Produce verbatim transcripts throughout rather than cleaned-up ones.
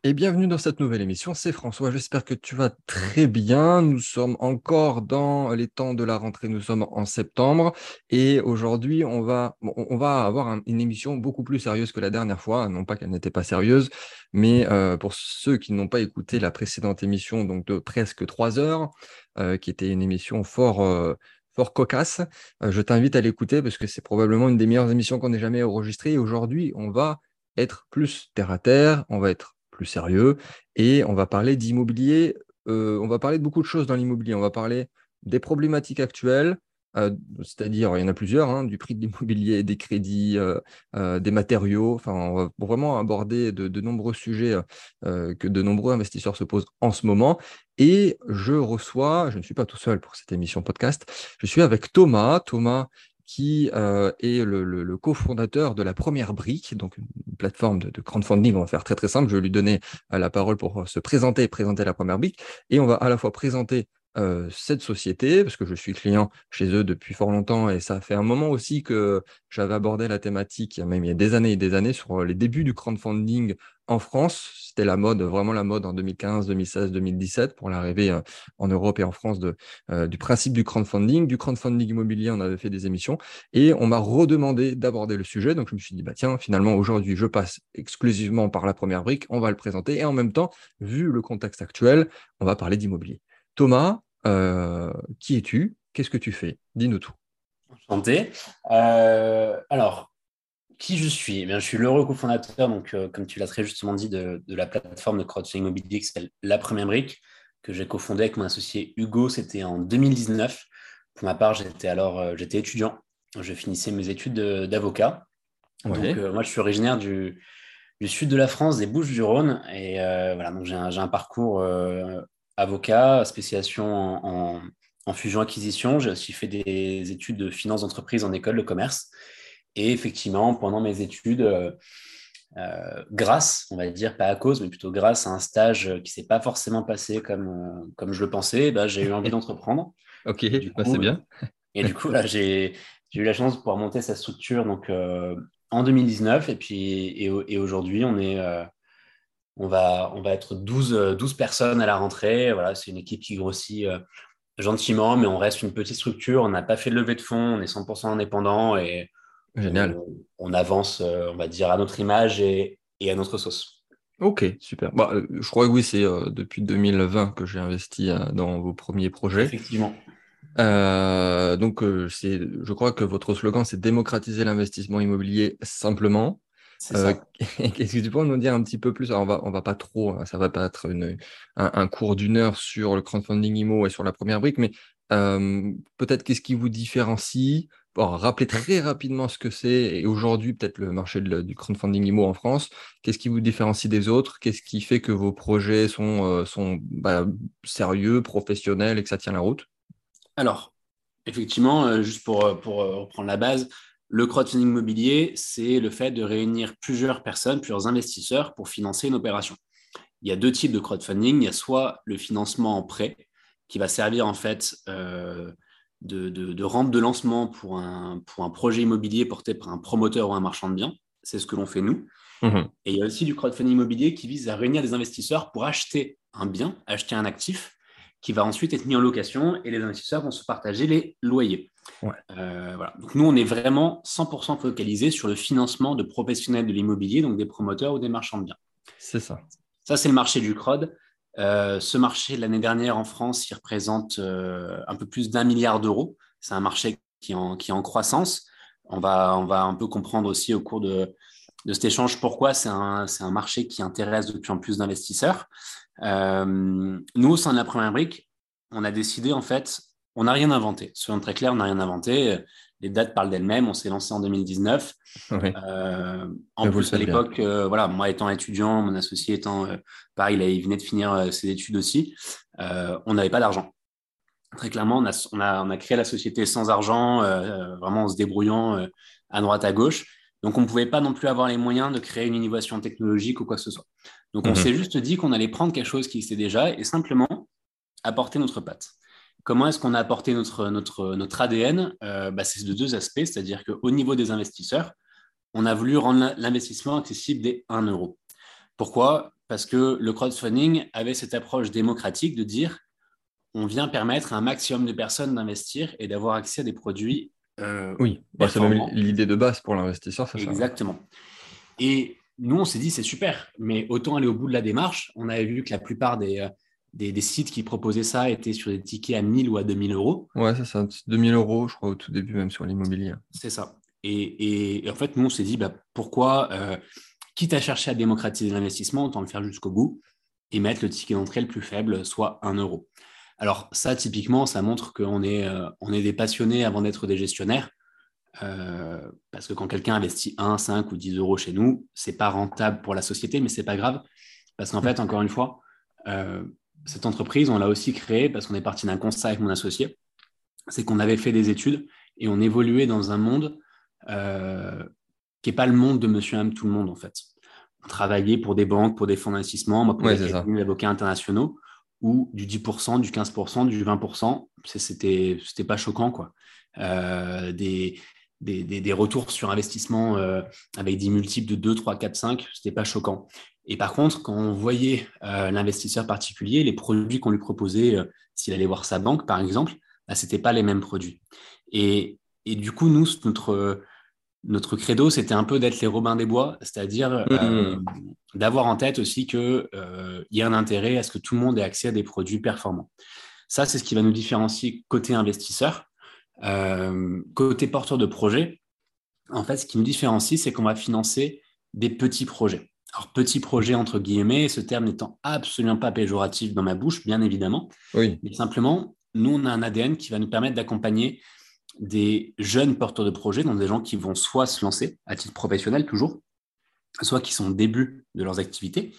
Et bienvenue dans cette nouvelle émission. C'est François. J'espère que tu vas très bien. Nous sommes encore dans les temps de la rentrée. Nous sommes en septembre et aujourd'hui, on va, bon, on va avoir un- une émission beaucoup plus sérieuse que la dernière fois. Non pas qu'elle n'était pas sérieuse, mais euh, pour ceux qui n'ont pas écouté la précédente émission, donc de presque trois heures, euh, qui était une émission fort, euh, fort cocasse, euh, je t'invite à l'écouter parce que c'est probablement une des meilleures émissions qu'on ait jamais enregistrées. Et aujourd'hui, on va être plus terre à terre, on va être plus sérieux et on va parler d'immobilier. Euh, on va parler de beaucoup de choses dans l'immobilier. On va parler des problématiques actuelles, euh, c'est-à-dire, il y en a plusieurs, hein, du prix de l'immobilier, des crédits, euh, euh, des matériaux. Enfin, on va vraiment aborder de, de nombreux sujets euh, que de nombreux investisseurs se posent en ce moment. Et je reçois, je ne suis pas tout seul pour cette émission podcast, je suis avec Thomas. Thomas qui euh, est le, le, le cofondateur de la Première Brique, donc une plateforme de, de crowdfunding. On va faire très très simple. Je vais lui donner euh, la parole pour se présenter et présenter la Première Brique. Et on va à la fois présenter euh, cette société, parce que je suis client chez eux depuis fort longtemps, et ça fait un moment aussi que j'avais abordé la thématique, il y a même il y a des années et des années, sur les débuts du crowdfunding en France. C'était la mode, vraiment la mode en deux mille quinze, deux mille seize, deux mille dix-sept, pour l'arrivée euh, en Europe et en France de, euh, du principe du crowdfunding. Du crowdfunding immobilier, on avait fait des émissions. Et on m'a redemandé d'aborder le sujet. Donc, je me suis dit, bah, tiens, finalement, aujourd'hui, je passe exclusivement par la Première Brique. On va le présenter. Et en même temps, vu le contexte actuel, on va parler d'immobilier. Thomas, euh, qui es-tu? Qu'est-ce que tu fais? Dis-nous tout. Enchanté. Euh, alors, qui je suis? Eh bien, je suis l'heureux cofondateur, donc, euh, comme tu l'as très justement dit, de, de la plateforme de crowdfunding immobilier qui s'appelle La Première Brique, que j'ai cofondée avec mon associé Hugo. C'était en deux mille dix-neuf. Pour ma part, j'étais alors euh, j'étais étudiant. Je finissais mes études de- d'avocat. Donc, Ouais. euh, moi, je suis originaire du, du sud de la France, des Bouches-du-Rhône. Et euh, voilà, donc j'ai un, j'ai un parcours euh, avocat, spécialisation en, en, en fusion-acquisition. J'ai aussi fait des études de finance d'entreprise en école de commerce. Et effectivement, pendant mes études, euh, euh, grâce, on va dire, pas à cause, mais plutôt grâce à un stage qui ne s'est pas forcément passé comme, euh, comme je le pensais, bah, j'ai eu envie d'entreprendre. Ok, Et du bah, c'est coup, bien. et du coup là, j'ai, j'ai eu la chance de pouvoir monter sa structure donc, euh, en deux mille dix-neuf. Et puis, et, et aujourd'hui, on est, euh, on va, on va être douze euh, douze personnes à la rentrée. Voilà, c'est une équipe qui grossit euh, gentiment, mais on reste une petite structure. On n'a pas fait de levée de fonds, on est cent pour cent indépendant et Génial. on, on avance, euh, on va dire, à notre image et, et à notre sauce. Ok, super. Bah, euh, je crois que oui, c'est euh, depuis deux mille vingt que j'ai investi euh, dans vos premiers projets. Effectivement, Euh, donc, euh, c'est, je crois que votre slogan, c'est démocratiser l'investissement immobilier simplement. c'est Euh, ça. Qu'est-ce que tu peux nous dire un petit peu plus? Alors, on va, on va pas trop, hein, ça va pas être une, un, un cours d'une heure sur le crowdfunding immo et sur la première brique, mais euh, peut-être qu'est-ce qui vous différencie? Bon, rappelez très rapidement ce que c'est et aujourd'hui, peut-être le marché de la- du crowdfunding immo en France. Qu'est-ce qui vous différencie des autres? Qu'est-ce qui fait que vos projets sont, euh, sont bah, sérieux, professionnels et que ça tient la route? Alors, effectivement, euh, juste pour, euh, pour euh, reprendre la base, le crowdfunding immobilier, c'est le fait de réunir plusieurs personnes, plusieurs investisseurs pour financer une opération. Il y a deux types de crowdfunding. Il y a soit le financement en prêt, qui va servir en fait euh, de, de, de rampe de lancement pour un, pour un projet immobilier porté par un promoteur ou un marchand de biens. C'est ce que l'on fait nous. Mhm. Et il y a aussi du crowdfunding immobilier qui vise à réunir des investisseurs pour acheter un bien, acheter un actif, qui va ensuite être mis en location et les investisseurs vont se partager les loyers. Ouais, Euh, voilà. Donc nous, on est vraiment cent pour cent focalisé sur le financement de professionnels de l'immobilier, donc des promoteurs ou des marchands de biens. c'est ça. Ça, c'est le marché du crowd. Euh, ce marché, l'année dernière en France, il représente euh, un peu plus d'un milliard d'euros. C'est un marché qui est en, qui est en croissance. On va, on va un peu comprendre aussi au cours de, de cet échange pourquoi c'est un, c'est un marché qui intéresse de plus en plus d'investisseurs. Euh, nous, au sein de la Première Brique, on a décidé, en fait, on n'a rien inventé. Soyons très clairs, on n'a rien inventé. Les dates parlent d'elles-mêmes. On s'est lancé en deux mille dix-neuf. Oui, Euh, en mais vous le plus, à faites bien. l'époque, euh, voilà, moi étant étudiant, mon associé étant, euh, pareil, il, il venait de finir euh, ses études aussi, euh, on n'avait pas d'argent. Très clairement, on a, on a, on a créé la société sans argent, euh, vraiment en se débrouillant euh, à droite, à gauche. Donc, on ne pouvait pas non plus avoir les moyens de créer une innovation technologique ou quoi que ce soit. Donc, on Mhm. s'est juste dit qu'on allait prendre quelque chose qui existait déjà et simplement apporter notre patte. Comment est-ce qu'on a apporté notre, notre, notre A D N? Euh, bah, c'est de deux aspects, c'est-à-dire qu'au niveau des investisseurs, on a voulu rendre l'investissement accessible dès un euro. Pourquoi? parce que le crowdfunding avait cette approche démocratique de dire on vient permettre à un maximum de personnes d'investir et d'avoir accès à des produits euh, Oui, bah, c'est même performants. l'idée de base pour l'investisseur, c'est ça. Exactement. Et nous, on s'est dit, c'est super, mais autant aller au bout de la démarche. On avait vu que la plupart des, euh, des, des sites qui proposaient ça étaient sur des tickets à mille ou à deux mille euros. Ouais, c'est ça. deux mille euros, je crois, au tout début, même sur l'immobilier. C'est ça. Et, et- et en fait, nous, on s'est dit, bah, pourquoi, euh, quitte à chercher à démocratiser l'investissement, autant le faire jusqu'au bout et mettre le ticket d'entrée le plus faible, soit un euro. Alors ça, typiquement, ça montre qu'on est, euh, on est des passionnés avant d'être des gestionnaires. Euh, parce que quand quelqu'un investit un, cinq ou dix euros chez nous, c'est pas rentable pour la société, mais c'est pas grave. Parce qu'en Hmm. fait, encore une fois, euh, cette entreprise, on l'a aussi créée parce qu'on est parti d'un constat avec mon associé, c'est qu'on avait fait des études et on évoluait dans un monde euh, qui n'est pas le monde de monsieur et madame tout le monde, en fait. On travaillait pour des banques, pour des fonds d'investissement, moi pour Ouais, des c'est ça. cabinets d'avocats internationaux, où du dix pour cent, du quinze pour cent, du vingt pour cent, c'était, c'était pas choquant, quoi. Euh, des, des, des, des, retours sur investissement euh, avec des multiples de deux, trois, quatre, cinq, c'était pas choquant. Et par contre, quand on voyait euh, l'investisseur particulier, les produits qu'on lui proposait, euh, s'il allait voir sa banque, par exemple, bah, ce n'étaient pas les mêmes produits. Et, et du coup, nous, notre, notre credo, c'était un peu d'être les Robins des Bois, c'est-à-dire euh, Hmm. d'avoir en tête aussi qu'il euh, y a un intérêt à ce que tout le monde ait accès à des produits performants. Ça, c'est ce qui va nous différencier côté investisseur. Euh, côté porteur de projet, en fait, ce qui nous différencie, c'est qu'on va financer des petits projets. Alors, petits projets entre guillemets, ce terme n'étant absolument pas péjoratif dans ma bouche, bien évidemment, Oui, mais simplement, nous, on a un A D N qui va nous permettre d'accompagner des jeunes porteurs de projets, donc des gens qui vont soit se lancer à titre professionnel toujours, soit qui sont au début de leurs activités,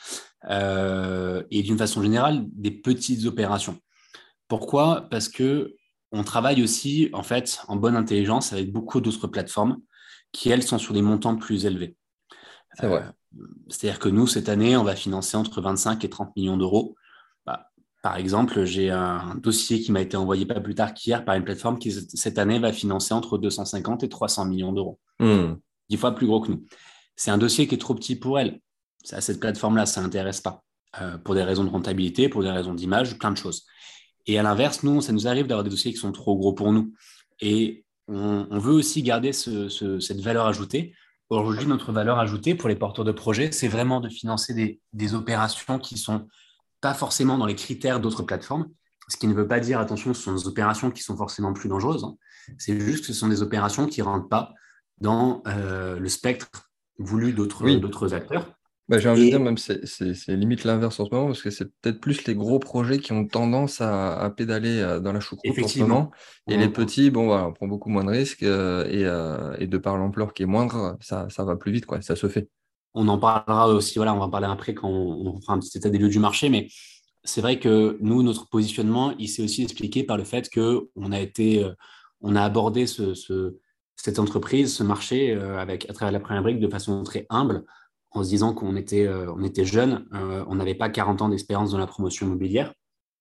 euh, et d'une façon générale, des petites opérations. Pourquoi? Parce que on travaille aussi en fait en bonne intelligence avec beaucoup d'autres plateformes qui, elles, sont sur des montants plus élevés. c'est vrai. Euh, C'est-à-dire que nous, cette année, on va financer entre vingt-cinq et trente millions d'euros. Bah, par exemple, j'ai un dossier qui m'a été envoyé pas plus tard qu'hier par une plateforme qui, cette année, va financer entre deux cent cinquante et trois cents millions d'euros. Donc, Hmm. dix fois plus gros que nous. C'est un dossier qui est trop petit pour elle. À cette plateforme-là, ça n'intéresse pas. Euh, pour des raisons de rentabilité, pour des raisons d'image, plein de choses. Et à l'inverse, nous, ça nous arrive d'avoir des dossiers qui sont trop gros pour nous. Et on, on veut aussi garder ce, ce, cette valeur ajoutée. Aujourd'hui, notre valeur ajoutée pour les porteurs de projets, c'est vraiment de financer des, des opérations qui ne sont pas forcément dans les critères d'autres plateformes. Ce qui ne veut pas dire, attention, ce sont des opérations qui sont forcément plus dangereuses. Hein. C'est juste que ce sont des opérations qui ne rentrent pas dans euh, le spectre voulu d'autres, Oui. d'autres acteurs. Bah, j'ai envie de dire Et même c'est c'est- c'est limite l'inverse en ce moment parce que c'est peut-être plus les gros projets qui ont tendance à, à pédaler euh, dans la choucroute en ce moment effectivement, et les on, on, petits, bon voilà, on prend beaucoup moins de risques euh, et, euh, et de par l'ampleur qui est moindre, ça, ça va plus vite quoi, ça se fait. on en parlera aussi, voilà, on va en parler après quand on, on fera un petit état des lieux du marché, mais c'est vrai que nous, notre positionnement, il s'est aussi expliqué par le fait qu'on a été, euh, on a abordé ce, ce- cette entreprise, ce marché euh, avec, à travers la première brique de façon très humble, en se disant qu'on était, euh, on était jeunes, euh, on n'avait pas quarante ans d'expérience dans la promotion immobilière.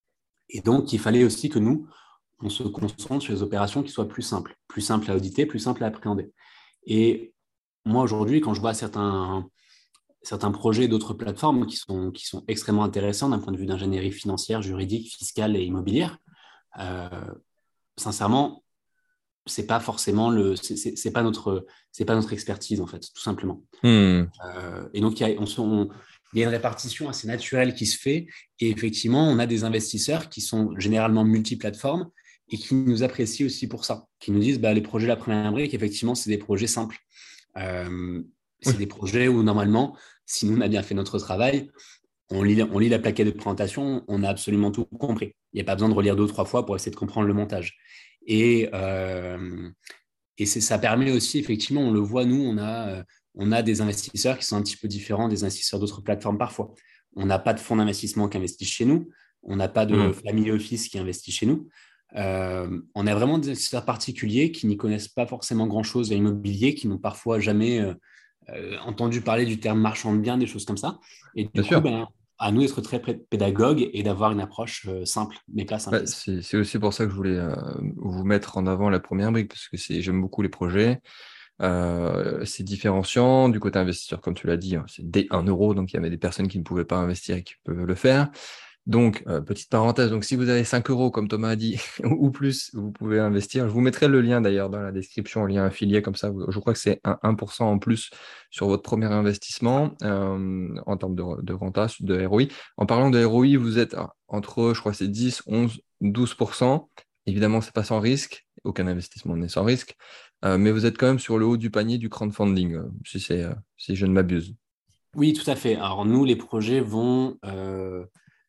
Et donc, il fallait aussi que nous, on se concentre sur les opérations qui soient plus simples, plus simples à auditer, plus simples à appréhender. Et moi, aujourd'hui, quand je vois certains, certains projets d'autres plateformes qui sont, qui sont extrêmement intéressants d'un point de vue d'ingénierie financière, juridique, fiscale et immobilière, euh, sincèrement, c'est pas forcément le, c'est c'est- c'est pas notre, c'est pas notre expertise en fait, tout simplement. Hmm. Euh, et donc il y a, on se- on- il y a une répartition assez naturelle qui se fait, et effectivement, on a des investisseurs qui sont généralement multiplateformes et qui nous apprécient aussi pour ça, qui nous disent bah, les projets de la première brique, effectivement, c'est des projets simples. Euh, c'est Oui. des projets où normalement, si nous on a bien fait notre travail, on lit, on lit la plaquette de présentation, on a absolument tout compris. Il n'y a pas besoin de relire deux ou trois fois pour essayer de comprendre le montage. Et, euh, et c'est, ça permet aussi, effectivement, on le voit, nous, on a, euh, on a des investisseurs qui sont un petit peu différents des investisseurs d'autres plateformes parfois. On n'a pas de fonds d'investissement qui investissent chez nous, on n'a pas de Hmm. family office qui investit chez nous. Euh, on a vraiment des investisseurs particuliers qui n'y connaissent pas forcément grand-chose à l'immobilier, qui n'ont parfois jamais euh, euh, entendu parler du terme marchand de biens, des choses comme ça. Et Bien du coup, sûr. ben, à nous d'être très pédagogue et d'avoir une approche euh, simple, mais pas Bah, simpliste. c'est c'est aussi pour ça que je voulais euh, vous mettre en avant la première brique parce que c'est j'aime beaucoup les projets. Euh, c'est différenciant. Du côté investisseur, comme tu l'as dit, hein, c'est dès un euro, donc il y avait des personnes qui ne pouvaient pas investir et qui peuvent le faire. Donc, euh, petite parenthèse, donc si vous avez cinq euros, comme Thomas a dit, ou plus, vous pouvez investir. Je vous mettrai le lien d'ailleurs dans la description, un lien affilié comme ça. Je crois que c'est un 1% en plus sur votre premier investissement euh, en termes de, de renta, de R O I. En parlant de R O I, vous êtes entre, je crois, c'est dix, onze, douze pour cent. Évidemment, c'est pas sans risque. Aucun investissement n'est sans risque. Euh, mais vous êtes quand même sur le haut du panier du crowdfunding, euh, si, c'est, euh, si je ne m'abuse. Oui, tout à fait. Alors nous, les projets vont euh,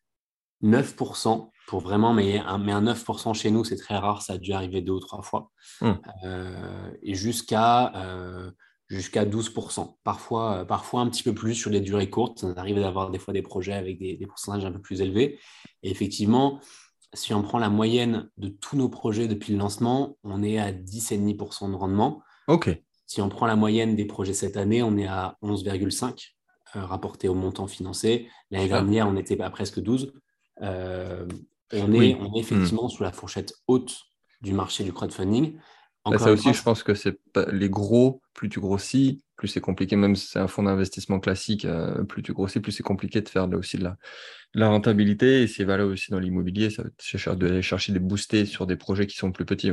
neuf pour cent pour vraiment, mais un, mais un neuf pour cent chez nous, c'est très rare, ça a dû arriver deux ou trois fois, Hum, euh, et jusqu'à euh, jusqu'à douze pour cent. Parfois, euh, parfois un petit peu plus sur des durées courtes. Ça arrive d'avoir des fois des projets avec des, des pourcentages un peu plus élevés. Et effectivement, si on prend la moyenne de tous nos projets depuis le lancement, on est à dix virgule cinq pour cent de rendement. Ok. Si on prend la moyenne des projets cette année, on est à onze virgule cinq euh, rapporté au montant financé. L'année Super. dernière, on était à presque douze. Euh, on est, Oui. on est Hum. effectivement sous la fourchette haute du marché du crowdfunding. Bah, Encore ça une aussi, fois, je pense que c'est pas les gros, plus tu grossis, plus c'est compliqué, même si c'est un fonds d'investissement classique, euh, plus tu grossis, plus c'est compliqué de faire de- aussi de la, de la rentabilité. Et c'est valable aussi dans l'immobilier, ça va te chercher, d'aller chercher des boostés sur des projets qui sont plus petits. Oui.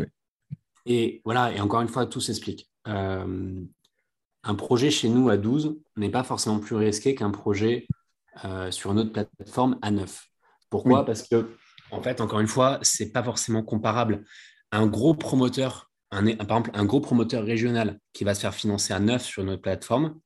et voilà, et encore une fois, tout s'explique. Euh, un projet chez nous à douze n'est pas forcément plus risqué qu'un projet euh, sur une autre plateforme à neuf. Pourquoi? Oui. Parce que, en fait, encore une fois, c'est pas forcément comparable. Un gros promoteur, un, par exemple, un gros promoteur régional qui va se faire financer à neuf sur notre plateforme,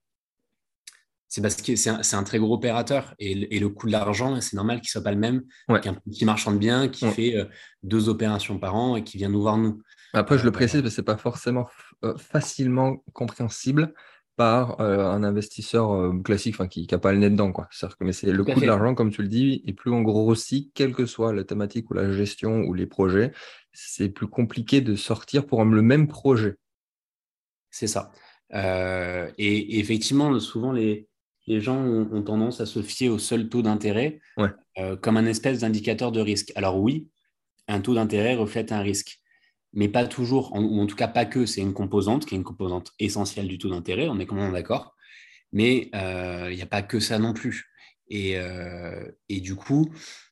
c'est parce que c'est un, c'est un très gros opérateur et, le- et le coût de l'argent, c'est normal qu'il soit pas le même Ouais. qu'un petit marchand de biens qui Ouais. fait euh, deux opérations par an et qui vient nous voir nous. Après, je Euh, le précise, parce que c'est pas forcément euh, facilement compréhensible par euh, un investisseur euh, classique, enfin, qui n'a pas le nez dedans, quoi. C'est-à-dire que, mais c'est le tout à coût de fait. l'argent, comme tu le dis, et plus on grossit, quelle que soit la thématique ou la gestion ou les projets, c'est plus compliqué de sortir pour le même projet. C'est ça. Euh, et, et effectivement, souvent, les, les gens ont, ont tendance à se fier au seul taux d'intérêt Ouais. euh, comme un espèce d'indicateur de risque. Alors oui, un taux d'intérêt reflète un risque, mais pas toujours, en- ou en tout cas pas que. C'est une composante qui est une composante essentielle du taux d'intérêt, on est quand même d'accord, mais euh, il n'y a pas que ça non plus. Et, euh, et du coup,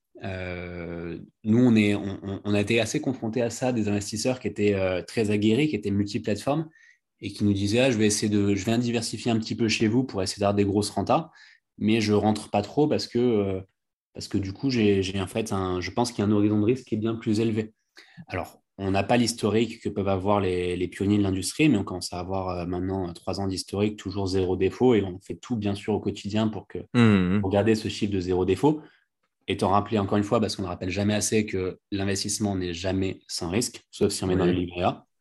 euh, nous, on, est, on, on a été assez confrontés à ça, des investisseurs qui étaient euh, très aguerris, qui étaient multiplateformes et qui nous disaient ah, je vais essayer de, je viens diversifier un petit peu chez vous pour essayer d'avoir des grosses rentas, mais je rentre pas trop parce que, euh, parce que du coup, j'ai, j'ai en fait un, je pense qu'il y a un horizon de risque qui est bien plus élevé. Alors, on n'a pas l'historique que peuvent avoir les, les pionniers de l'industrie, mais on commence à avoir euh, maintenant trois ans d'historique, toujours zéro défaut, et on fait tout bien sûr au quotidien pour que Mhm. pour garder ce chiffre de zéro défaut. Étant rappelé encore une fois, parce qu'on ne rappelle jamais assez que l'investissement n'est jamais sans risque, sauf si on met dans le Oui. livret A.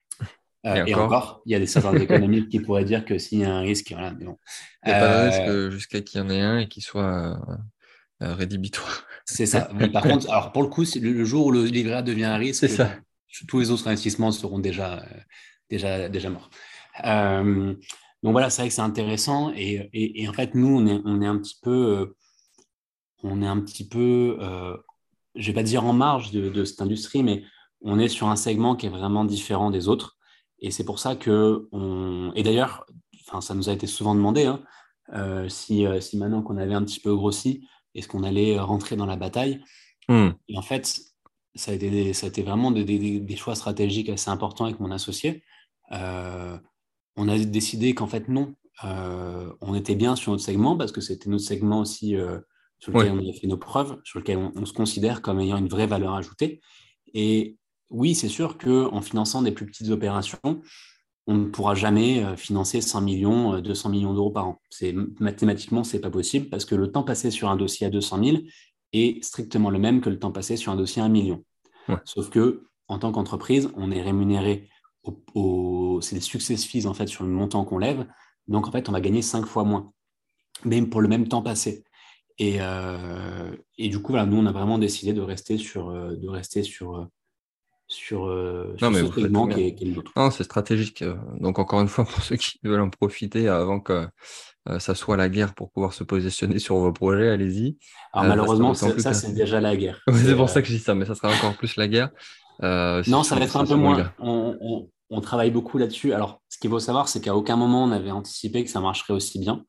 Et Euh, et encore, encore, il y a des certains économistes qui pourraient dire que s'il y a un risque, voilà, mais bon. il n'y a pas de risque Euh, euh, jusqu'à qu'il y en ait un et qu'il soit euh, euh, rédhibitoire. c'est ça. Oui, par contre, alors pour le coup, le, le jour où le livret A devient un C'est risque, ça. tous les autres investissements seront déjà, euh, déjà, déjà morts. Euh, donc voilà, c'est vrai que c'est intéressant. Et, et, et, en fait, nous, on est, on est un petit peu, euh, on est un petit peu, euh, je vais pas dire en marge de, de cette industrie, mais on est sur un segment qui est vraiment différent des autres. Et c'est pour ça que on... Et d'ailleurs, enfin, ça nous a été souvent demandé, hein, euh, si, euh, si maintenant qu'on avait un petit peu grossi, est-ce qu'on allait rentrer dans la bataille? Hmm. Et en fait, ça a été, des- ça a été vraiment des, des- des choix stratégiques assez importants avec mon associé. Euh, on a décidé qu'en fait, non. Euh, on était bien sur notre segment parce que c'était notre segment aussi euh, sur lequel Ouais. on a fait nos preuves, sur lequel on, on se considère comme ayant une vraie valeur ajoutée. Et oui, c'est sûr qu'en finançant des plus petites opérations, on ne pourra jamais euh, financer cent millions, euh, deux cents millions d'euros par an. C'est, mathématiquement, c'est pas possible parce que le temps passé sur un dossier à deux cent mille est strictement le même que le temps passé sur un dossier à un million. Ouais. Sauf que, en tant qu'entreprise, on est rémunéré au, au- c'est des success fees en fait sur le montant qu'on lève. Donc en fait, on va gagner cinq fois moins, même pour le même temps passé. Et, euh, et du coup, voilà, nous, on a vraiment décidé de rester sur, euh, de rester sur, euh, sur, euh, Non, sur mais ce vous faites très segment qui bien. est, qui est le nôtre. Non, c'est stratégique. euh, Donc, encore une fois, pour ceux qui veulent en profiter avant que euh, ça soit la guerre pour pouvoir se positionner sur vos projets, allez-y. Alors Euh, ça sera malheureusement, d'autant ça, plus ça, c'est pertinent. déjà la guerre. Ouais, c'est C'est, pour euh, ça que je dis ça, mais ça sera encore plus la guerre euh, si, Non, ça va si, être un si peu selon le moins. gars. On, on- on travaille beaucoup là-dessus. Alors, ce qu'il faut savoir, c'est qu'à aucun moment, on avait anticipé que ça marcherait aussi bien.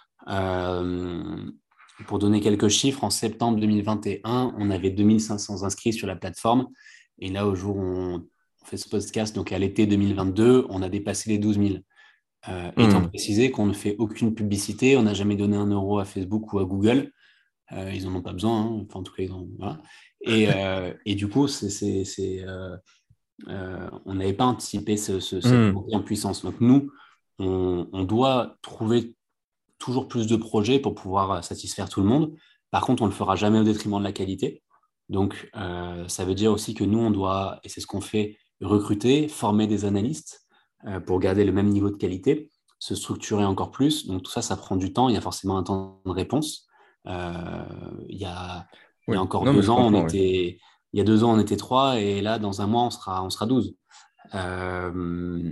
Euh, pour donner quelques chiffres, en septembre deux mille vingt et un, on avait deux mille cinq cents inscrits sur la plateforme. Et là, au jour où on fait ce podcast, donc à l'été deux mille vingt-deux, on a dépassé les douze mille. Euh, étant Hmm. précisé qu'on ne fait aucune publicité, on n'a jamais donné un euro à Facebook ou à Google. Euh, ils n'en ont pas besoin, hein. Enfin, en tout cas, ils en, voilà. Et, euh, et du coup, c'est, c'est, c'est, euh, euh, on n'avait pas anticipé ce, ce, cette Hmm. montée en puissance. Donc, nous, on, on doit trouver toujours plus de projets pour pouvoir satisfaire tout le monde. Par contre, on ne le fera jamais au détriment de la qualité. Donc, euh, ça veut dire aussi que nous, on doit, et c'est ce qu'on fait, recruter, former des analystes euh, pour garder le même niveau de qualité, se structurer encore plus. Donc, tout ça, ça prend du temps. Il y a forcément un temps de réponse. Euh, il y a, il y Oui, a encore non, mais deux je ans, on comprends, oui. était, il y a deux ans, on était trois, et là, dans un mois, on sera, on sera douze. Euh,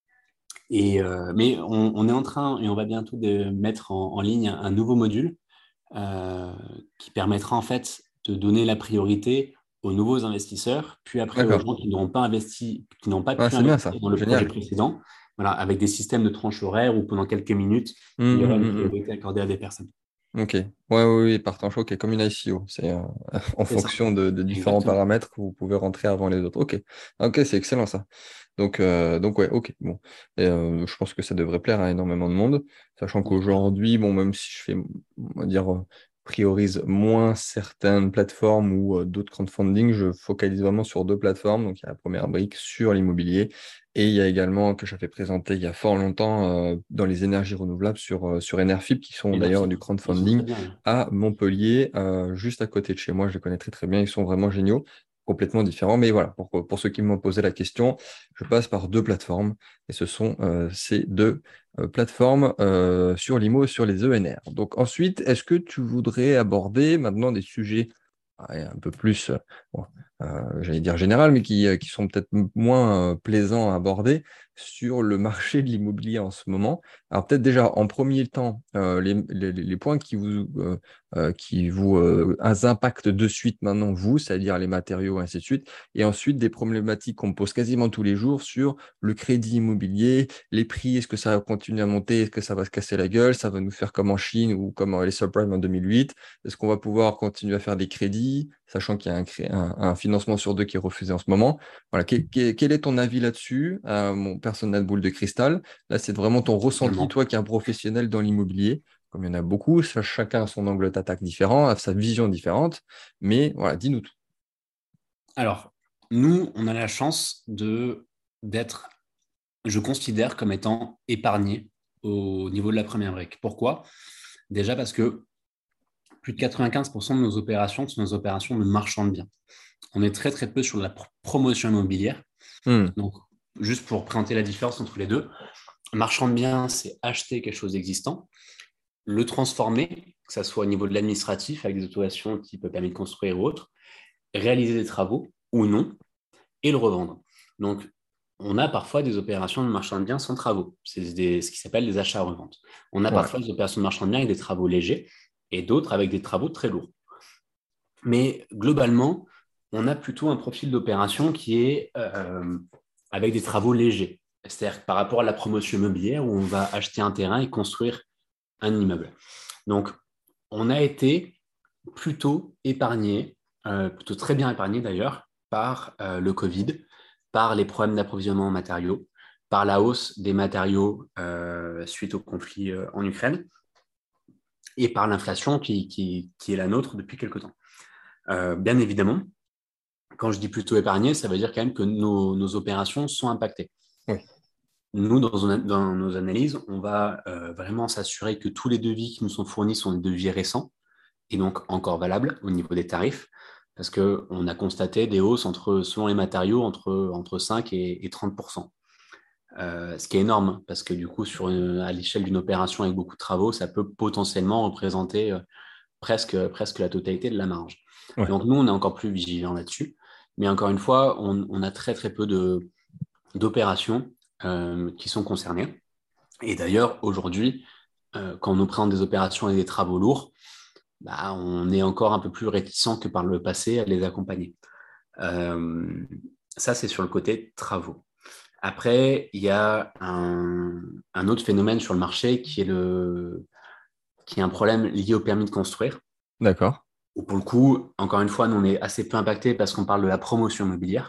et, euh, mais on, on est en train, et on va bientôt de mettre en, en ligne un, un nouveau module euh, qui permettra en fait de donner la priorité aux nouveaux investisseurs, puis après aux D'accord. gens qui n'auront pas investi, qui n'ont pas Ah, pu c'est bien investir ça. dans le projet Génial. précédent, voilà, avec des systèmes de tranches horaires où pendant quelques minutes, Hmm, il y aura hmm, une hmm, hmm. priorité accordée à des personnes. Ok. Ouais, oui, oui, partant chaud, ok, comme une I C O. C'est euh, en C'est ça, fonction de, de différents exactement. paramètres que vous pouvez rentrer avant les autres. Ok. Ok, c'est excellent ça. Donc, euh, donc ouais, ok. Bon. Et, euh, je pense que ça devrait plaire à énormément de monde, sachant J'espère. qu'aujourd'hui, bon, même si je fais, on va dire, euh, priorise moins certaines plateformes ou euh, d'autres crowdfunding, je focalise vraiment sur deux plateformes. Donc, il y a la première brique sur l'immobilier. Et il y a également, que j'avais présenté il y a fort longtemps, euh, dans les énergies renouvelables sur, euh, sur Enerfip, qui sont d'ailleurs Énergie, du ils sont très crowdfunding bien. Ouais. à Montpellier, euh, juste à côté de chez moi. Je les connais très très bien, ils sont vraiment géniaux, complètement différents. Mais voilà, pour, pour ceux qui m'ont posé la question, je passe par deux plateformes, et ce sont euh, ces deux euh, plateformes euh, sur l'I M O et sur les E N R. Donc ensuite, est-ce que tu voudrais aborder maintenant des sujets ouais, un peu plus, euh, bon, euh, j'allais dire général, mais qui, euh, qui sont peut-être m- moins euh, plaisants à aborder sur le marché de l'immobilier en ce moment. Alors peut-être déjà en premier temps, euh, les, les- les points qui vous, euh, euh, qui vous euh, impactent de suite maintenant, vous, c'est-à-dire les matériaux, ainsi de suite, et ensuite des problématiques qu'on me pose quasiment tous les jours sur le crédit immobilier, les prix, est-ce que ça va continuer à monter, est-ce que ça va se casser la gueule, ça va nous faire comme en Chine ou comme les subprimes en deux mille huit, est-ce qu'on va pouvoir continuer à faire des crédits, sachant qu'il y a un, cré- un- un financement sur deux qui est refusé en ce moment? Voilà, quel, quel- quel est ton avis là-dessus, euh, mon personnel boule de cristal? Là, c'est vraiment ton ressenti, Totalement. toi qui es un professionnel dans l'immobilier. Comme il y en a beaucoup, cha- chacun a son angle d'attaque différent, a sa vision différente. Mais voilà, dis-nous tout. Alors, nous, on a la chance de d'être, je considère comme étant épargné au niveau de la première brique. Pourquoi? Déjà parce que plus de quatre-vingt-quinze pour cent de nos opérations sont des opérations de marchand de biens. On est très très peu sur la pr- promotion immobilière. Hmm, Donc, juste pour présenter la différence entre les deux, marchand de biens, c'est acheter quelque chose d'existant, le transformer, que ce soit au niveau de l'administratif, avec des autorisations type permis de construire ou autre, réaliser des travaux ou non, et le revendre. Donc, on a parfois des opérations de marchand de biens sans travaux. C'est des- ce qui s'appelle des achats-reventes. On a ouais, parfois des opérations de marchand de biens avec des travaux légers et d'autres avec des travaux très lourds. Mais globalement, on a plutôt un profil d'opération qui est euh, avec des travaux légers. C'est-à-dire que par rapport à la promotion immobilière où on va acheter un terrain et construire un immeuble. Donc, on a été plutôt épargné, euh, plutôt très bien épargné d'ailleurs, par euh, le Covid, par les problèmes d'approvisionnement en matériaux, par la hausse des matériaux euh, suite au conflit euh, en Ukraine et par l'inflation qui, qui, qui est la nôtre depuis quelque temps. Euh, bien évidemment, quand je dis plutôt épargné, ça veut dire quand même que nos, nos opérations sont impactées. oui, Nous, dans, dans nos analyses, on va euh, vraiment s'assurer que tous les devis qui nous sont fournis sont des devis récents et donc encore valables au niveau des tarifs, parce qu'on a constaté des hausses entre, selon les matériaux entre, entre cinq et, et trente pour cent. Euh, ce qui est énorme, parce que du coup, sur une- à l'échelle d'une opération avec beaucoup de travaux, ça peut potentiellement représenter euh, presque, presque la totalité de la marge. ouais. Donc nous, on est encore plus vigilants là-dessus. Mais encore une fois, on, on a très très peu de, d'opérations euh, qui sont concernées. Et d'ailleurs, aujourd'hui, euh, quand on nous présente des opérations et des travaux lourds, bah, on est encore un peu plus réticent que par le passé à les accompagner. Euh, Ça, c'est sur le côté travaux. Après, il y a un, un autre phénomène sur le marché qui est, le, qui est un problème lié au permis de construire. D'accord. Où pour le coup, encore une fois, nous, on est assez peu impacté parce qu'on parle de la promotion immobilière.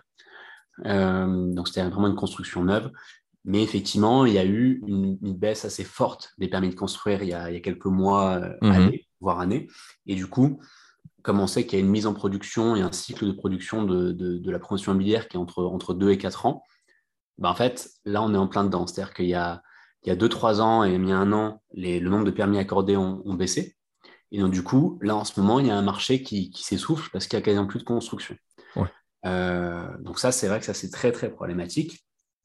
Euh, donc, c'était vraiment une construction neuve. Mais effectivement, il y a eu une, une baisse assez forte des permis de construire il y a, il y a quelques mois, euh, Mhm. années, voire années. Et du coup, comme on sait qu'il y a une mise en production et un cycle de production de, de, de la promotion immobilière qui est entre, entre deux et quatre ans, ben en fait, là, on est en plein dedans. C'est-à-dire qu'il y a, il y a deux trois ans et il y a un an, les, le nombre de permis accordés ont, ont baissé. Et donc, du coup, là, en ce moment, il y a un marché qui, qui s'essouffle parce qu'il y a quasiment plus de construction. Ouais. Euh, donc ça, c'est vrai que ça, c'est très, très problématique.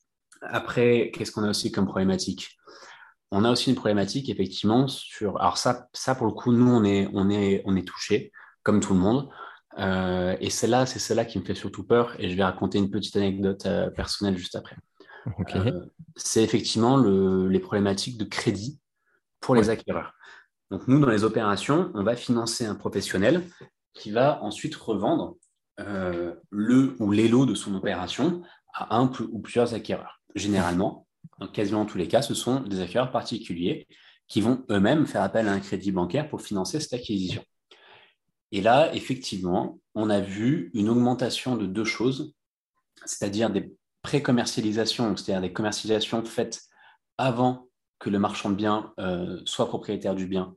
Après, qu'est-ce qu'on a aussi comme problématique? On a aussi une problématique, effectivement, sur... Alors ça, ça pour le coup, nous, on est, on est, on est touchés, comme tout le monde. Euh, et celle-là, c'est celle-là qui me fait surtout peur. Et je vais raconter une petite anecdote euh, personnelle juste après. Ok. Euh, c'est effectivement le, les problématiques de crédit pour les Ouais. acquéreurs. Donc nous, dans les opérations, on va financer un professionnel qui va ensuite revendre euh, le ou les lots de son opération à un ou plusieurs acquéreurs. Généralement, dans quasiment tous les cas, ce sont des acquéreurs particuliers qui vont eux-mêmes faire appel à un crédit bancaire pour financer cette acquisition. Et là, effectivement, on a vu une augmentation de deux choses, c'est-à-dire des pré-commercialisations, c'est-à-dire des commercialisations faites avant que le marchand de biens euh, soit propriétaire du bien,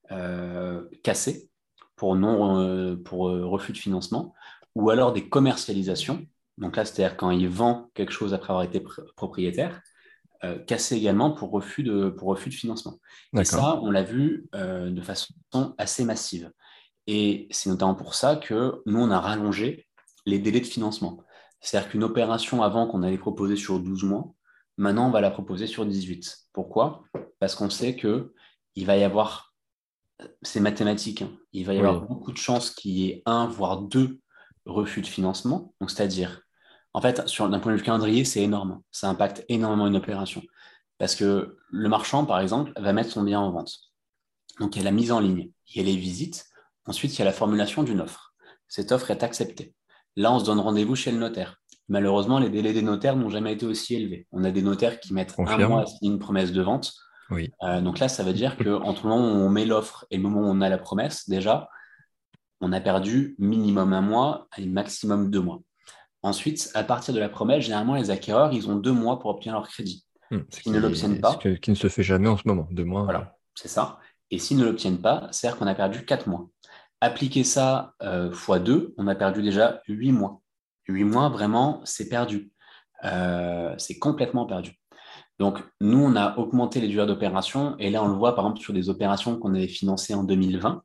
euh, cassées pour, non, euh, pour euh, refus de financement, ou alors des commercialisations. Donc là, c'est-à-dire quand il vend quelque chose après avoir été pr- propriétaire, euh, cassées également pour refus de, pour refus de financement. Et D'accord. ça, on l'a vu euh, de façon assez massive. Et c'est notamment pour ça que nous, on a rallongé les délais de financement. C'est-à-dire qu'une opération avant qu'on allait proposer sur douze mois, maintenant, on va la proposer sur dix-huit. Pourquoi? Parce qu'on sait que il va y avoir, c'est mathématique, hein, il va y avoir Oui. beaucoup de chances qu'il y ait un, voire deux refus de financement. Donc, c'est-à-dire, en fait, sur, d'un point de vue calendrier, c'est énorme. Ça impacte énormément une opération. Parce que le marchand, par exemple, va mettre son bien en vente. Donc, il y a la mise en ligne, il y a les visites, ensuite, il y a la formulation d'une offre. Cette offre est acceptée. Là, on se donne rendez-vous chez le notaire. Malheureusement, les délais des notaires n'ont jamais été aussi élevés. On a des notaires qui mettent un mois Confirme. à signer une promesse de vente. Oui. Euh, donc là, ça veut dire qu'entre le moment où on met l'offre et le moment où on a la promesse, déjà, on a perdu minimum un mois et maximum deux mois. Ensuite, à partir de la promesse, généralement, les acquéreurs, ils ont deux mois pour obtenir leur crédit. Hmm. Ce S'ils ne l'obtiennent qui, ce pas, que- qui ne se fait jamais en ce moment. De moins. euh, voilà, c'est ça. Et s'ils ne l'obtiennent pas, c'est-à-dire qu'on a perdu quatre mois. Appliquer ça euh, fois deux, on a perdu déjà huit mois. Huit mois, vraiment, c'est perdu. Euh, c'est complètement perdu. Donc, nous, on a augmenté les durées d'opération. Et là, on le voit, par exemple, sur des opérations qu'on avait financées en deux mille vingt,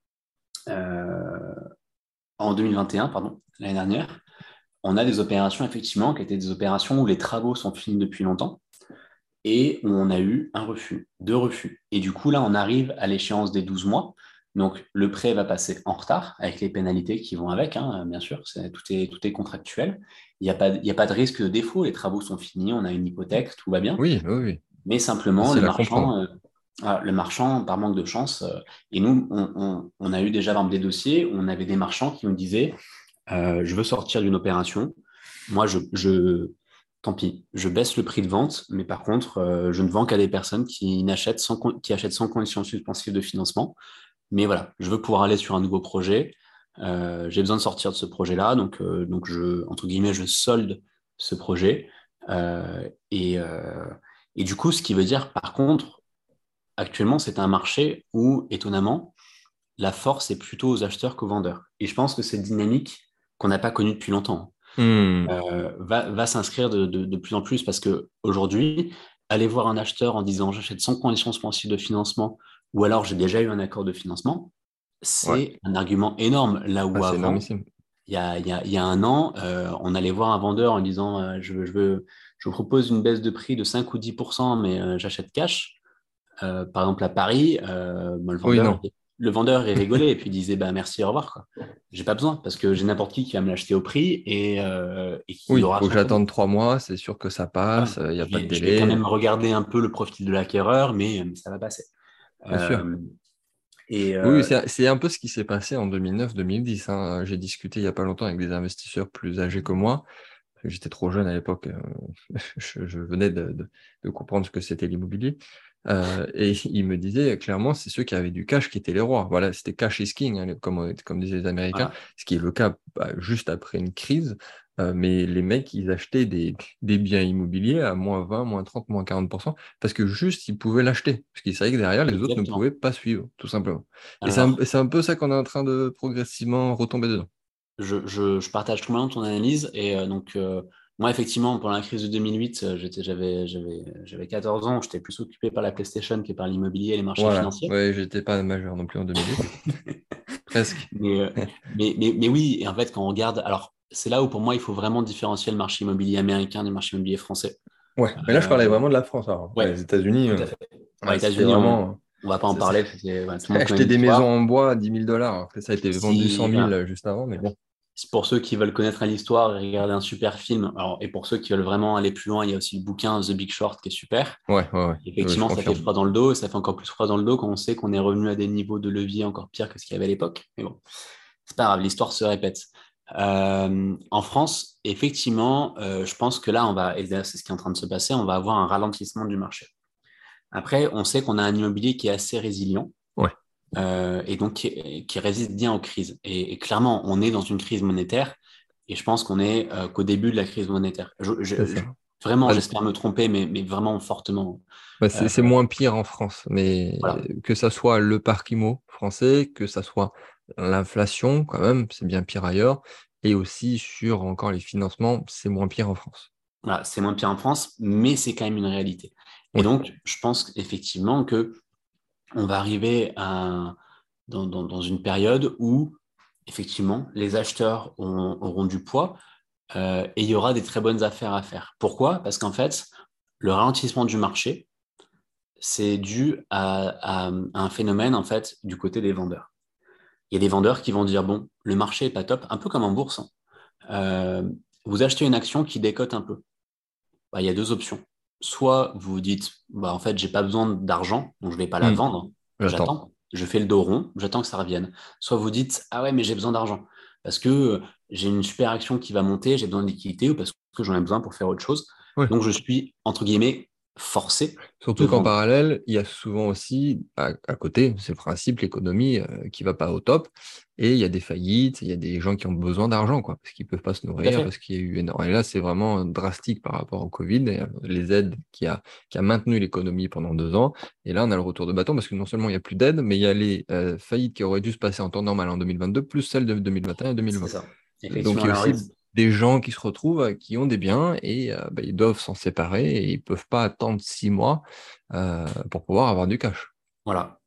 euh, en deux mille vingt et un, pardon, l'année dernière. On a des opérations, effectivement, qui étaient des opérations où les travaux sont finis depuis longtemps et où on a eu un refus, deux refus. Et du coup, là, on arrive à l'échéance des douze mois. Donc, le prêt va passer en retard avec les pénalités qui vont avec, hein, bien sûr, c'est, tout est, tout est contractuel. Il n'y a pas, il y a pas de risque de défaut, les travaux sont finis, on a une hypothèque, tout va bien. Oui, oui, oui. Mais simplement, le Facile à comprendre. marchand, euh, ah, le marchand, par manque de chance, euh, et nous, on, on- on a eu déjà par exemple, des dossiers où on avait des marchands qui nous disaient, euh, je veux sortir d'une opération, moi, je, je, tant pis, je baisse le prix de vente, mais par contre, euh, je ne vends qu'à des personnes qui n'achètent sans, con- qui achètent sans condition suspensive de financement. Mais voilà, je veux pouvoir aller sur un nouveau projet. Euh, j'ai besoin de sortir de ce projet-là, donc, euh, donc je, entre guillemets, je solde ce projet. Euh, et, euh, et du coup, ce qui veut dire, par contre, actuellement, c'est un marché où, étonnamment, la force est plutôt aux acheteurs qu'aux vendeurs. Et je pense que cette dynamique qu'on n'a pas connue depuis longtemps Hmm. euh, va, va s'inscrire de, de, de plus en plus parce que aujourd'hui, aller voir un acheteur en disant j'achète sans condition suspensive de financement ou alors j'ai déjà eu un accord de financement, Ouais. c'est un argument énorme. Là Ah, où c'est avant, énormissime. il y a, il y a, il y a un an, euh, on allait voir un vendeur en disant euh, je, veux, je, veux, je vous propose une baisse de prix de cinq ou dix pour cent, mais euh, j'achète cash. Euh, par exemple, à Paris, euh, moi, le Oui, vendeur, non. le vendeur, il rigolait et puis il disait bah, merci, au revoir, quoi. J'ai pas besoin parce que j'ai n'importe qui qui va me l'acheter au prix et, euh, et qui Oui, il aura faut que son produit. j'attende trois mois, c'est sûr que ça Voilà. passe, il n'y a Je pas de vais, je vais quand délai, même regarder un peu le profil de l'acquéreur, mais, mais ça va passer. bien sûr. Euh, et Oui, oui, euh, c'est c'est un peu ce qui s'est passé en deux mille neuf-deux mille dix, hein. J'ai discuté il n'y a pas longtemps avec des investisseurs plus âgés que moi j'étais trop jeune à l'époque, euh, je, je venais de, de, de comprendre ce que c'était l'immobilier. Euh, et il me disait clairement, c'est ceux qui avaient du cash qui étaient les rois. Voilà, c'était cash is king, hein, comme, comme disaient les Américains, Voilà. ce qui est le cas bah, juste après une crise. Euh, mais les mecs, ils achetaient des, des biens immobiliers à moins vingt, moins trente, moins quarante pour cent parce que juste, ils pouvaient l'acheter. Parce qu'ils savaient que derrière, les autres ne Exactement. pouvaient pas suivre, tout simplement. Et c'est un, Alors, c'est un peu ça qu'on est en train de progressivement retomber dedans. je, je, je partage complètement ton analyse. Et euh, donc, euh, moi, effectivement, pendant la crise de deux mille huit, euh, j'étais, j'avais, j'avais, j'avais quatorze ans. J'étais plus occupé par la PlayStation que par l'immobilier et les marchés Voilà, financiers. ouais, j'étais pas majeur non plus en deux mille huit, presque. Mais, euh, mais, mais, mais oui, et en fait, quand on regarde, alors, c'est là où pour moi, il faut vraiment différencier le marché immobilier américain du marché immobilier français. Ouais, mais là je Euh, parlais vraiment de la France. Alors. Ouais, ouais, les États-Unis, tout euh, à fait. Bon, les ouais, c'était États-Unis, on vraiment. ne va pas en c'est- c'est- parler, parce que ouais, tout le monde connaît Acheter des maisons l'histoire. en bois à dix mille dollars. Après, ça a été vendu cent Si, mille voilà. euh, juste avant, mais bon. C'est pour ceux qui veulent connaître l'histoire et regarder un super film. Alors, et pour ceux qui veulent vraiment aller plus loin, il y a aussi le bouquin The Big Short qui est super. Ouais, ouais, ouais, ouais, je Effectivement, ça fait confirme. froid dans le dos et ça fait encore plus froid dans le dos quand on sait qu'on est revenu à des niveaux de levier encore pires que ce qu'il y avait à l'époque. Mais bon, c'est pas grave, l'histoire se répète. Euh, en France, effectivement, euh, je pense que là, on va, et d'ailleurs, c'est ce qui est en train de se passer, on va avoir un ralentissement du marché. Après, on sait qu'on a un immobilier qui est assez résilient Ouais, euh, et donc qui, qui résiste bien aux crises. Et, et clairement, on est dans une crise monétaire et je pense qu'on est euh, qu'au début de la crise monétaire. Je, c'est je- ça. je- vraiment, Bah, j'espère me tromper, mais, mais vraiment fortement. bah, Euh, c'est c'est moins pire en France, mais voilà, que ça soit le parc immo français, que ça soit l'inflation, quand même, c'est bien pire ailleurs, et aussi sur encore les financements, c'est moins pire en France. voilà, c'est moins pire en France, mais c'est quand même une réalité. Et Oui, donc, je pense effectivement que on va arriver à, dans, dans, dans une période où effectivement les acheteurs auront, auront du poids euh, et il y aura des très bonnes affaires à faire. Pourquoi? Parce qu'en fait, le ralentissement du marché, c'est dû à, à- à un phénomène en fait du côté des vendeurs. Il y a des vendeurs qui vont dire, bon, le marché est pas top, un peu comme en bourse, hein. Euh, vous achetez une action qui décote un peu. Bah, il y a deux options. Soit vous vous dites, bah, en fait, j'ai pas besoin d'argent, donc je vais pas la hmm, vendre, j'attends. j'attends, je fais le dos rond, j'attends que ça revienne. Soit vous dites, ah ouais, mais j'ai besoin d'argent parce que j'ai une super action qui va monter, j'ai besoin de liquidité ou parce que j'en ai besoin pour faire autre chose. Ouais. Donc je suis, entre guillemets, forcé de Surtout qu'en vendre. parallèle, il y a souvent aussi, à, à côté, c'est le principe, l'économie euh, qui va pas au top, et il y a des faillites, il y a des gens qui ont besoin d'argent, quoi, parce qu'ils peuvent pas se Tout à nourrir, parce fait. qu'il y a eu énormément. Et là, c'est vraiment drastique par rapport au Covid, et, euh, les aides qui a, qui a maintenu l'économie pendant deux ans. Et là, on a le retour de bâton, parce que non seulement il y a plus d'aides, mais il y a les euh, faillites qui auraient dû se passer en temps normal en deux mille vingt-deux, plus celles de deux mille vingt et un et C'est deux mille vingt. ça. Donc, Effectivement, il y a alors, aussi des gens qui se retrouvent, euh, qui ont des biens et euh, bah, ils doivent s'en séparer et ils peuvent pas attendre six mois euh, pour pouvoir avoir du cash. voilà.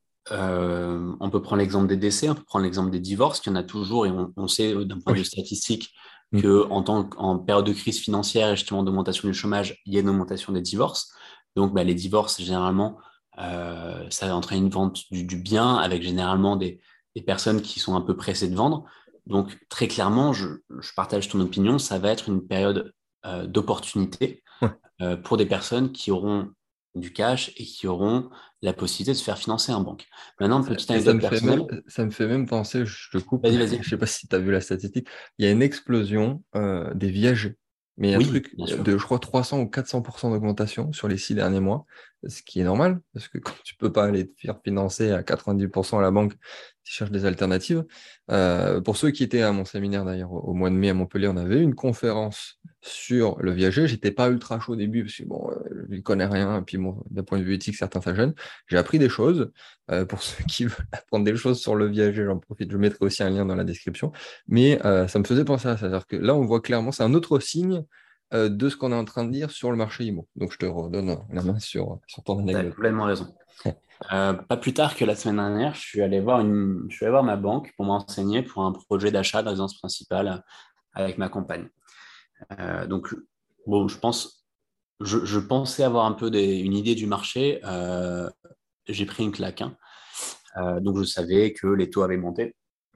Euh, on peut prendre l'exemple des décès, on peut prendre l'exemple des divorces, qu'il y en a toujours, et on, on sait euh, d'un point de vue Oui. statistique Mm. que en tant qu'en période de crise financière et justement d'augmentation du chômage, il y a une augmentation des divorces. Donc, bah, les divorces, généralement, euh, ça entraîne une vente du, du bien avec généralement des, des personnes qui sont un peu pressées de vendre. Donc, très clairement, je, je partage ton opinion, ça va être une période euh, d'opportunité Ouais. euh, pour des personnes qui auront du cash et qui auront la possibilité de se faire financer en banque. Maintenant, Ça- petite Et ça anecdote me fait même, personnelle. ça me fait même penser, je te coupe, Vas-y, je vas-y. sais pas si tu as vu la statistique, il y a une explosion euh, des viagers. Mais il y a un Oui, truc bien sûr. de, je crois, trois cents ou quatre cents pour cent d'augmentation sur les six derniers mois, ce qui est normal, parce que quand tu peux pas aller te faire financer à quatre-vingt-dix pour cent à la banque, tu cherches des alternatives. Euh, pour ceux qui étaient à mon séminaire d'ailleurs au, au mois de mai à Montpellier, on avait une conférence sur le viager. J'étais pas ultra chaud au début, parce que bon, euh, je ne connais rien, et puis bon, d'un point de vue éthique, certains ça gêne. J'ai appris des choses. Euh, pour ceux qui veulent apprendre des choses sur le viager, j'en profite, je mettrai aussi un lien dans la description. Mais euh, ça me faisait penser à ça. C'est-à-dire que là, on voit clairement, c'est un autre signe euh, de ce qu'on est en train de dire sur le marché immo. Donc, je te redonne la main sur, sur ton Tu as anecdote. complètement raison. Euh, pas plus tard que la semaine dernière, je suis allé voir, une... je suis allé voir ma banque pour m'enseigner pour un projet d'achat de résidence principale avec ma compagne. Euh, donc, bon, je pense, je, je pensais avoir un peu des... une idée du marché. Euh, j'ai pris une claque, hein. Euh, donc, je savais que les taux avaient monté.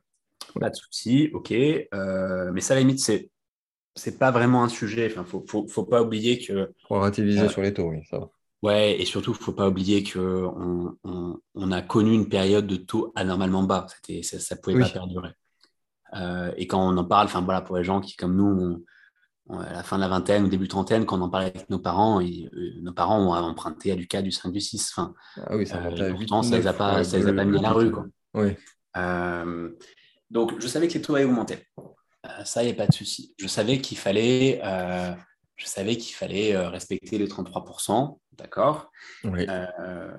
Pas de souci, ok. Euh, mais ça, à la limite, c'est c'est pas vraiment un sujet. Enfin, faut, faut, faut pas oublier que Pour relativiser euh, sur les taux, oui, ça va. ouais, et surtout, faut pas oublier que on, on, on a connu une période de taux anormalement bas. C'était, ça, ça pouvait pas Oui, perdurer. Euh, et quand on en parle, enfin voilà, pour les gens qui, comme nous, ont, à la fin de la vingtaine ou début trentaine, quand on en parlait avec nos parents, et, euh, nos parents ont emprunté à du quatre, du cinq, du six. Enfin, Ah oui, ça euh, montait et à huit, pourtant, ça les a neuf pas, euh, ça les a le, pas mis le à la pic. rue, Hein. quoi. Oui, Euh, donc, je savais que les taux allaient augmenter. Euh, ça, il n'y a pas de souci. Je savais qu'il fallait, euh, je savais qu'il fallait euh, respecter les trente-trois pour cent, d'accord. oui, Euh,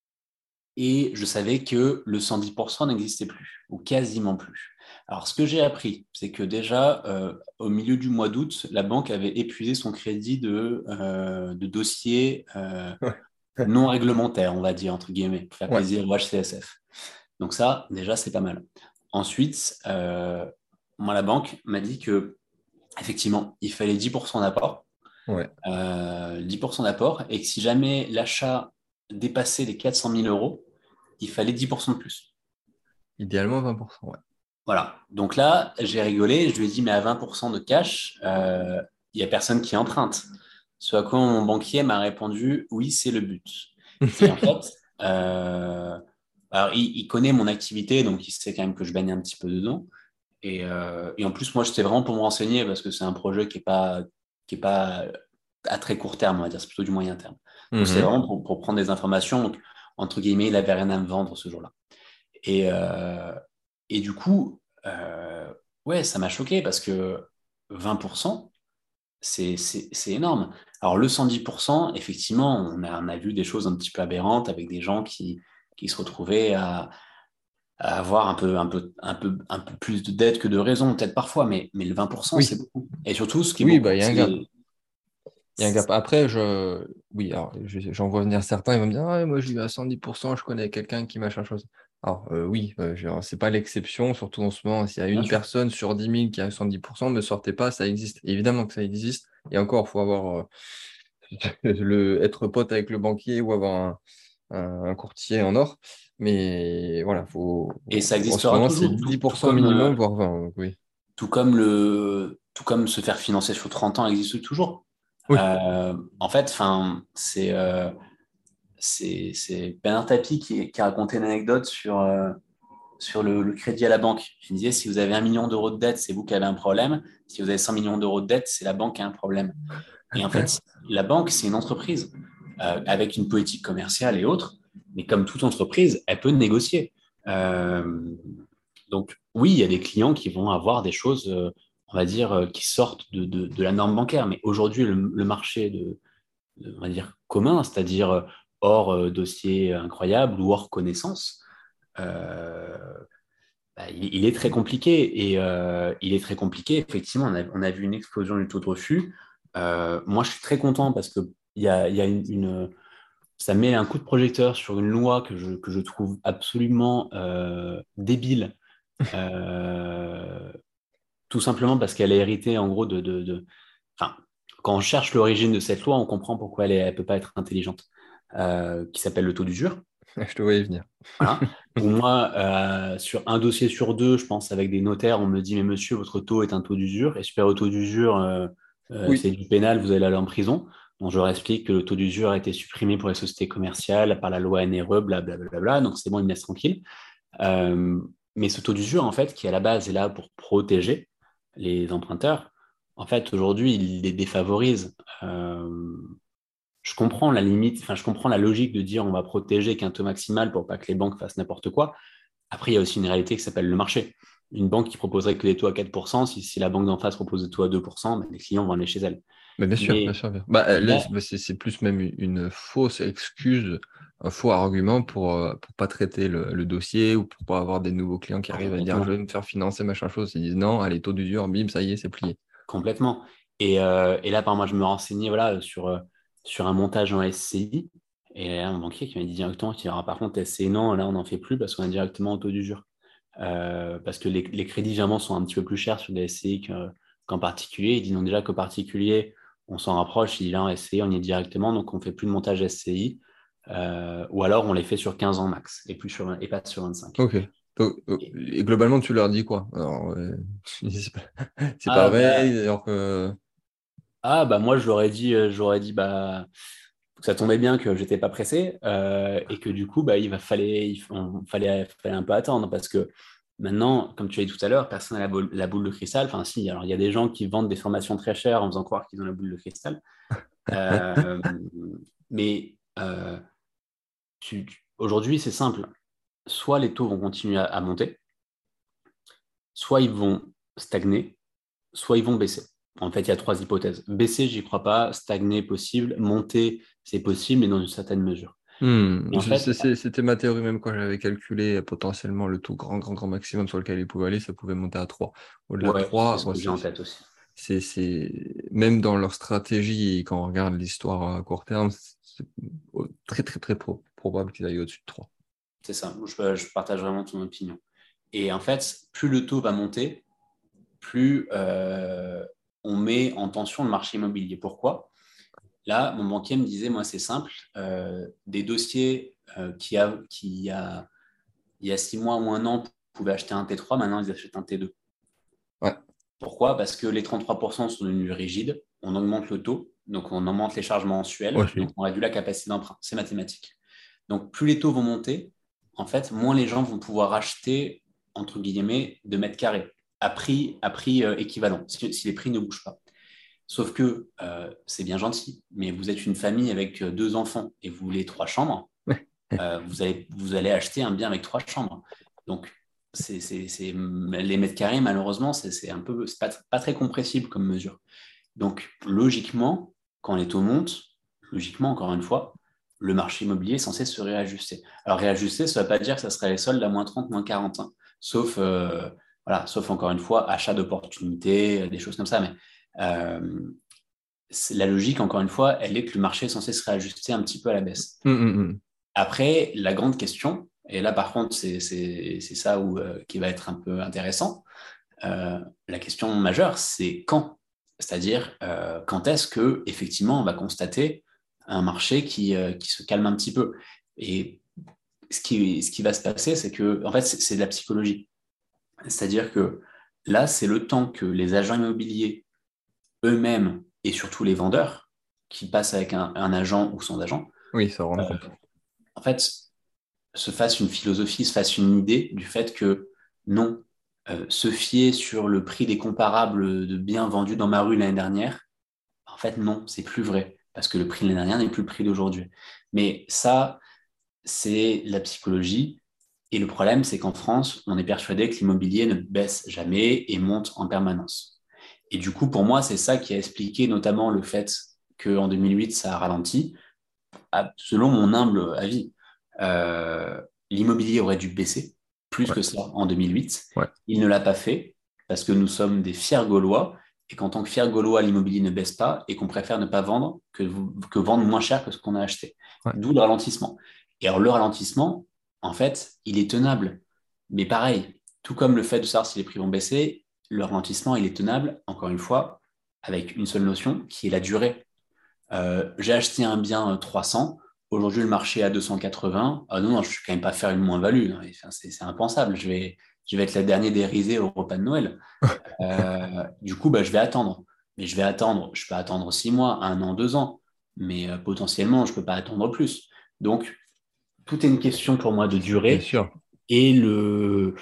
et je savais que le cent dix pour cent n'existait plus, ou quasiment plus. Alors, ce que j'ai appris, c'est que déjà, euh, au milieu du mois d'août, la banque avait épuisé son crédit de, euh, de dossiers euh, ouais, non réglementaires, on va dire, entre guillemets, pour faire ouais, plaisir au H C S F. Donc ça, déjà, c'est pas mal. Ensuite, euh, moi, la banque m'a dit que effectivement, il fallait dix pour cent d'apport, ouais. euh, dix pour cent d'apport, et que si jamais l'achat dépassait les quatre cent mille euros, il fallait dix pour cent de plus. Idéalement vingt pour cent, ouais. Voilà. Donc là, j'ai rigolé, je lui ai dit, mais à vingt pour cent de cash, euh, il n'y a personne qui emprunte. Ce à quoi mon banquier m'a répondu, oui, c'est le but. Et en fait, euh, alors, il, il connaît mon activité, donc il sait quand même que je baigne un petit peu dedans. Et, euh, et en plus, moi, j'étais vraiment pour me renseigner parce que c'est un projet qui n'est pas, qui est pas à très court terme, on va dire, c'est plutôt du moyen terme. Donc, c'est Mhm. vraiment pour, pour prendre des informations. Donc, entre guillemets, il n'avait rien à me vendre ce jour-là. Et, euh, et du coup, euh, ouais, ça m'a choqué parce que vingt pour cent, c'est, c'est, c'est énorme. Alors, le cent dix pour cent, effectivement, on a, on a vu des choses un petit peu aberrantes avec des gens qui, qui se retrouvaient à, à avoir un peu, un peu, un peu, un peu plus de dettes que de raison, peut-être parfois, mais, mais le vingt pour cent, c'est Oui, beaucoup. Et surtout, ce qui est oui, bah, beaucoup, il y a un gap. c'est... Il y a un gap. Après, je... oui, alors, je- j'en vois venir certains, ils vont me dire, ah, moi, j'y vais à cent dix pour cent, je connais quelqu'un qui machin chose. Alors, euh, oui, euh, je- c'est pas l'exception, surtout en ce moment. S'il y a Bien une sûr, personne sur dix mille qui a cent dix pour cent, ne sortez pas, ça existe. Évidemment que ça existe. Et encore, il faut avoir euh, le... être pote avec le banquier ou avoir un, un- un courtier en or. Mais voilà, faut... et ça en ce existera moment, c'est toujours, tout, dix pour tout cent comme, euh, minimum, voire vingt. Donc oui. tout comme le, tout comme se faire financer sur trente ans existe toujours. Oui. Euh, en fait, enfin, c'est, euh, c'est, c'est Bernard Tapie qui, qui a raconté une anecdote sur, euh, sur le, le crédit à la banque. Il disait, si vous avez un million d'euros de dette, c'est vous qui avez un problème. Si vous avez cent millions d'euros de dette, c'est la banque qui a un problème. Et en fait, la banque, c'est une entreprise euh, avec une politique commerciale et autres, mais comme toute entreprise, elle peut négocier. Euh, donc oui, il y a des clients qui vont avoir des choses, euh, on va dire, euh, qui sortent de, de, de la norme bancaire, mais aujourd'hui, le, le marché de, de, on va dire, commun, c'est-à-dire euh, hors euh, dossier incroyable ou hors connaissance, euh, bah, il, il, est très compliqué. Et euh, il est très compliqué. Effectivement, on a, on a vu une explosion du taux de refus. Euh, moi, je suis très content parce que il y a, il y a une, une, ça met un coup de projecteur sur une loi que je, que je trouve absolument euh, débile, euh, tout simplement parce qu'elle est héritée en gros de, de, de... Enfin, quand on cherche l'origine de cette loi, on comprend pourquoi elle ne peut pas être intelligente, euh, qui s'appelle le taux d'usure. Je te voyais venir. Voilà. Ou moi, euh, sur un dossier sur deux, je pense, avec des notaires, on me dit, mais monsieur, votre taux est un taux d'usure. Et super au taux d'usure, euh, euh, c'est Oui. du pénal, vous allez aller en prison. Donc, je leur explique que le taux d'usure a été supprimé pour les sociétés commerciales par la loi N R E, blablabla. Bla, bla, bla, donc, c'est bon, ils me laissent tranquille. Euh, mais ce taux d'usure, en fait, qui à la base est là pour protéger les emprunteurs, en fait, aujourd'hui, il les défavorise. Euh, je comprends la limite, enfin, je comprends la logique de dire on va protéger qu'un taux maximal pour pas que les banques fassent n'importe quoi. Après, il y a aussi une réalité qui s'appelle le marché. Une banque qui proposerait que des taux à quatre pour cent, si, si la banque d'en face propose des taux à deux pour cent, ben, les clients vont aller chez elle. Mais bien sûr, bien Mais, sûr. Bien. Bah, euh, mais là, là, c'est bah, c'est- c'est plus même une fausse excuse, un faux argument pour euh, pour pas traiter le, le dossier ou pour pas avoir des nouveaux clients qui arrivent à dire je vais complètement, me faire financer machin chose. Ils disent non, allez, taux d'usure, bim, ça y est, c'est plié. complètement. Et, euh, et là, par moi, je me renseignais voilà, sur, euh, sur un montage en S C I. Et là, un banquier qui m'a dit directement, qui dira par contre, S C I, non, là, on n'en fait plus parce qu'on est directement au taux d'usure. Euh, parce que les, les crédits, généralement, sont un petit peu plus chers sur des S C I que- qu'en particulier. Il dit non, déjà qu'au particulier, on s'en rapproche. Il dit là, en S C I, on y est directement, donc on ne fait plus de montage S C I. Euh, ou alors, on les fait sur quinze ans max et, plus sur, et pas sur vingt-cinq. Ok. Donc, euh, Et- et globalement, tu leur dis quoi? Alors, euh, c'est pas, c'est pas ah, vrai, bah, alors que. ah, bah, moi, je leur ai dit, euh, j'aurais dit bah, que ça tombait bien que j'étais pas pressé euh, et que du coup, bah, il va fallait, il, on- fallait, fallait un peu attendre parce que Maintenant, comme tu as dit tout à l'heure, personne n'a la boule, la boule de cristal. Enfin, si, alors il y a des gens qui vendent des formations très chères en faisant croire qu'ils ont la boule de cristal. Euh, mais euh, tu- tu- aujourd'hui, c'est simple. Soit les taux vont continuer à, à monter, soit ils vont stagner, soit ils vont baisser. En fait, il y a trois hypothèses. Baisser, j'y crois pas. Stagner, possible. Monter, c'est possible, mais dans une certaine mesure. Hmm, Et en c'est- fait, c'est- c'est- C'était ma théorie même quand j'avais calculé euh, potentiellement le tout grand, grand, grand maximum sur lequel il pouvait aller, ça pouvait monter à trois. Au-delà de ouais, c'est trois, ce ouais, que j'ai c'est, en tête aussi. c'est, c'est- même dans leur stratégie, et quand on regarde l'histoire à court terme, c'est très, très, très pro- probable qu'ils aillent au-dessus de trois. C'est ça. Je, je partage vraiment ton opinion. Et en fait, plus le taux va monter, plus euh, on met en tension le marché immobilier. Pourquoi? Là, mon banquier me disait, moi, c'est simple, euh, des dossiers euh, qui, a, qui a, il y a six mois ou un an pouvaient acheter un T trois, maintenant ils achètent un T deux. Ouais, Pourquoi? Parce que les trente-trois pour cent sont devenus rigides, on augmente le taux, donc on augmente les charges mensuelles, donc aussi. on réduit la capacité d'emprunt. C'est mathématique. Donc plus les taux vont monter, en fait, moins les gens vont pouvoir acheter, entre guillemets, de mètres carrés à prix, à prix euh, équivalent, si, si les prix ne bougent pas. Sauf que euh, c'est bien gentil, mais vous êtes une famille avec euh, deux enfants et vous voulez trois chambres, euh, vous, allez, vous allez acheter un bien avec trois chambres. Donc, c'est, c'est, c'est, les mètres carrés, malheureusement, c'est, c'est un peu, c'est pas, pas très compressible comme mesure. Donc, logiquement, quand les taux montent, logiquement, encore une fois, le marché immobilier est censé se réajuster. Alors, réajuster, ça ne veut pas dire que ça serait les soldes à moins trente, moins quarante, hein. Sauf, euh, voilà, sauf encore une fois, achat d'opportunités, des choses comme ça. Mais euh, c'est, la logique, encore une fois, elle est que le marché est censé se réajuster un petit peu à la baisse. Hum, hum, hum. Après, la grande question, et là par contre, c'est, c'est, c'est ça où, euh, qui va être un peu intéressant, euh, la question majeure, c'est quand. C'est-à-dire, euh, quand est-ce que effectivement on va constater un marché qui, euh, qui se calme un petit peu. Et ce qui, ce qui va se passer, c'est que, en fait, c'est, c'est de la psychologie. C'est-à-dire que là, c'est le temps que les agents immobiliers eux-mêmes et surtout les vendeurs, qui passent avec un, un agent ou sans agent, Oui, ça rend euh, compte. en fait, se fasse une philosophie, se fasse une idée du fait que non, euh, se fier sur le prix des comparables de biens vendus dans ma rue l'année dernière, en fait, non, c'est plus vrai, parce que le prix de l'année dernière n'est plus le prix d'aujourd'hui. Mais ça, c'est la psychologie. Et le problème, c'est qu'en France, on est persuadé que l'immobilier ne baisse jamais et monte en permanence. Et du coup, pour moi, c'est ça qui a expliqué notamment le fait qu'en deux mille huit, ça a ralenti, selon mon humble avis. Euh, L'immobilier aurait dû baisser plus Ouais, que ça en deux mille huit. ouais, Il ne l'a pas fait parce que nous sommes des fiers Gaulois et qu'en tant que fiers Gaulois, l'immobilier ne baisse pas et qu'on préfère ne pas vendre que, que vendre moins cher que ce qu'on a acheté. ouais. D'où le ralentissement. Et alors, le ralentissement, en fait, il est tenable. Mais pareil, tout comme le fait de savoir si les prix vont baisser, le ralentissement, il est tenable, encore une fois, avec une seule notion qui est la durée. Euh, j'ai acheté un bien euh, trois cents. Aujourd'hui, le marché est à deux cent quatre-vingts. Ah non, non, je ne vais quand même pas faire une moins-value. Non, enfin, c'est, c'est impensable. Je vais, je vais être le dernier des risés au repas de Noël. Euh, du coup, bah, je vais attendre. Mais je vais attendre. Je peux attendre six mois, un an, deux ans. Mais euh, potentiellement, je ne peux pas attendre plus. Donc, tout est une question pour moi de Bien durée. sûr. Et le,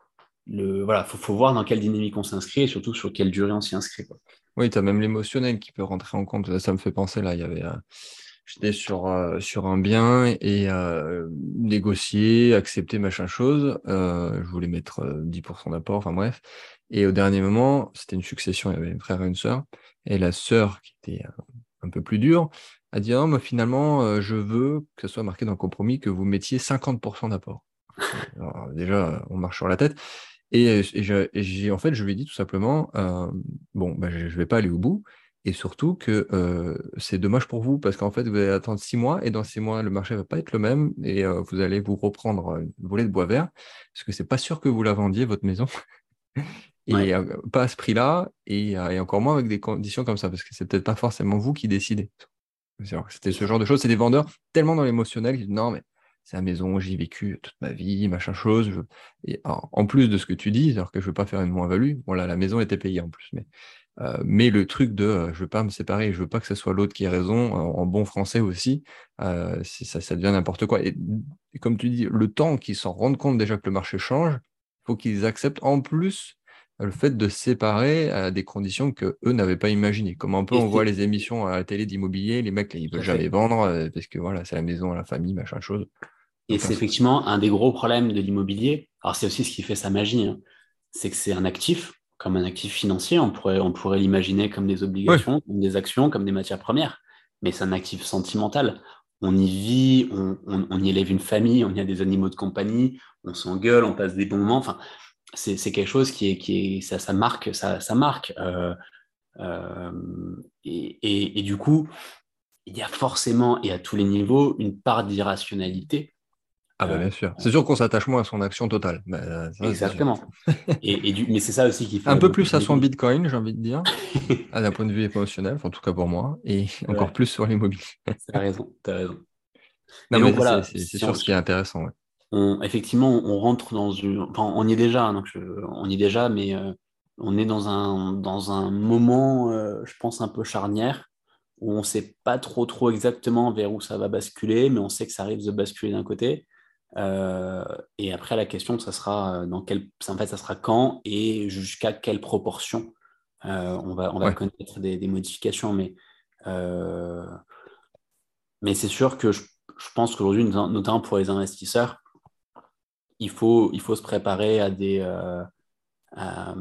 le voilà, faut, faut voir dans quelle dynamique on s'inscrit et surtout sur quelle durée on s'y inscrit, quoi. Oui, tu as même l'émotionnel qui peut rentrer en compte. Ça me fait penser, là, il y avait, euh, j'étais sur, euh, sur un bien et euh, négocier, accepter machin chose. Euh, je voulais mettre euh, dix pour cent d'apport, enfin bref. Et au dernier moment, c'était une succession, il y avait un frère et une sœur. Et la sœur, qui était euh, un peu plus dure, a dit, ah non, moi finalement, euh, je veux que ce soit marqué dans le compromis que vous mettiez cinquante pour cent d'apport. Alors, déjà, on marche sur la tête. Et, euh, et je- et j'ai, en fait, je lui ai dit tout simplement, euh, bon, bah, je ne vais pas aller au bout. Et surtout que euh, c'est dommage pour vous parce qu'en fait, vous allez attendre six mois et dans six mois, le marché ne va pas être le même et euh, vous allez vous reprendre une volée de bois vert parce que c'est pas sûr que vous la vendiez, votre maison, et Ouais, euh, pas à ce prix-là et, euh, et encore moins avec des conditions comme ça parce que c'est peut-être pas forcément vous qui décidez. C'est-à-dire C'était c'est ce ça. genre de choses. C'est des vendeurs tellement dans l'émotionnel qui disent non, mais c'est la maison, j'y ai vécu toute ma vie, machin chose. je- Et en en plus de ce que tu dis, alors que je veux pas faire une moins-value, bon là, la maison était payée en plus. Mais, euh, mais le truc de euh, je veux pas me séparer, je veux pas que ce soit l'autre qui ait raison, en, en bon français aussi, euh, c'est- ça, ça devient n'importe quoi. Et, et comme tu dis, le temps qu'ils s'en rendent compte déjà que le marché change, il faut qu'ils acceptent en plus le fait de se séparer à des conditions que eux n'avaient pas imaginées. Comme un peu Et on voit c'est les émissions à la télé d'immobilier, les mecs, ils tout veulent à jamais fait. vendre euh, parce que voilà, c'est la maison, la famille, machin chose. Et Aucun c'est sens. effectivement un des gros problèmes de l'immobilier. Alors, c'est aussi ce qui fait sa magie, hein. C'est que c'est un actif, comme un actif financier. On pourrait, on pourrait l'imaginer comme des Oui, obligations, comme des actions, comme des matières premières. Mais c'est un actif sentimental. On y vit, on, on- on y élève une famille, on y a des animaux de compagnie, on s'engueule, on passe des bons moments. Enfin, c'est, c'est quelque chose qui est, qui est, ça, ça marque, ça, ça marque. Euh, euh, et, et, et du coup, il y a forcément, et à tous les niveaux, une part d'irrationalité. ah bah Euh, bien sûr. C'est sûr qu'on s'attache moins à son action totale. Bah, euh, ça, c'est sûr. Exactement. Et, et du, mais c'est ça aussi qui Un fait peu beaucoup plus de à son magie. Bitcoin, j'ai envie de dire, à d'un point de vue émotionnel, enfin, en tout cas pour moi, et encore Ouais, plus sur l'immobilier. t'as raison, t'as raison. Non, Mais donc mais c'est voilà, c'est- c'est si sûr on, ce qui est intéressant. Ouais. on- effectivement, on rentre dans une, enfin, on y est déjà, hein, donc je- on y est déjà, mais euh, on est dans un, dans un moment, euh, je pense, un peu charnière, où on ne sait pas trop, trop exactement vers où ça va basculer, mais on sait que ça risque de basculer d'un côté. Euh, et après, la question, ça sera euh, dans quel, en fait, ça sera quand et jusqu'à quelle proportion euh, on va, on va Ouais. connaître des, des modifications. Mais, euh, mais c'est sûr que je, je pense qu'aujourd'hui, notamment pour les investisseurs, il faut, il faut se préparer à des, euh, à,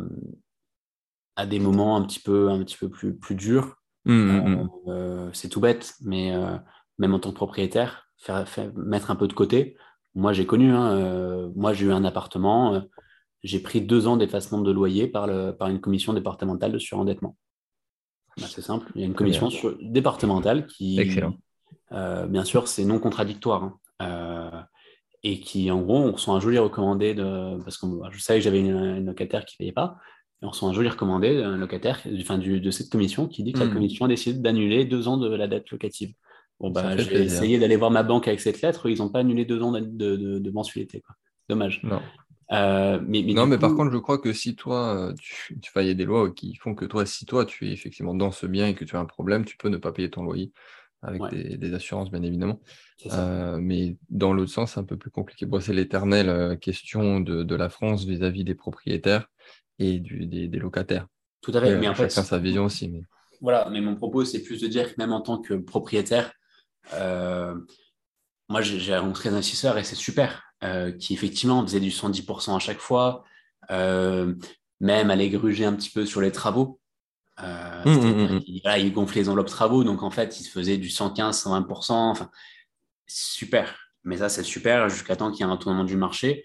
à des moments un petit peu, un petit peu plus, plus durs. Hum, Euh, hum, hum. euh, c'est tout bête, mais euh, même en tant que propriétaire, faire, faire- mettre un peu de côté. Moi, j'ai connu, hein, euh, moi, j'ai eu un appartement, euh, j'ai pris deux ans d'effacement de loyer par, le, par une commission départementale de surendettement. Bah, c'est simple, il y a une Très commission bien. sur- départementale Excellent. qui, euh, bien sûr, c'est non contradictoire, hein, euh, et qui, en gros, on reçoit un joli recommandé de, parce que moi, je savais que j'avais une, une locataire qui ne payait pas, et on reçoit un joli recommandé d'un locataire, enfin, du, de cette commission qui dit que la Hum, commission a décidé d'annuler deux ans de la dette locative. Bon, Ça bah, fait j'ai plaisir. essayé d'aller voir ma banque avec cette lettre, ils n'ont pas annulé deux ans de, de, de- de mensualité, quoi. Dommage. Non. Euh, mais, mais Non, du mais par coup, contre, je crois que si toi, euh, tu, tu enfin, il y a des lois qui font que toi, si toi, tu es effectivement dans ce bien et que tu as un problème, tu peux ne pas payer ton loyer avec ouais, des, des assurances, bien évidemment. c'est ça. Euh, mais dans l'autre sens, c'est un peu plus compliqué. Bon, c'est l'éternelle euh, question de, de la France vis-à-vis des propriétaires et du, des, des locataires. Tout à Après, fait. Mais euh, en chacun fait, sa vision aussi. Mais... voilà, mais mon propos, c'est plus de dire que même en tant que propriétaire, euh, moi, j'ai j'ai rencontré des investisseurs et c'est super, euh, qui effectivement faisaient du cent dix pour cent à chaque fois, euh, même allaient gruger un petit peu sur les travaux. Euh, Hum, hum, hum, c'est-à-dire hum. qu'ils voilà, ils gonflaient les enveloppes travaux, donc en fait, ils se faisaient du cent quinze, cent vingt pour cent. Enfin, super. Mais ça, c'est super jusqu'à temps qu'il y ait un retournement du marché,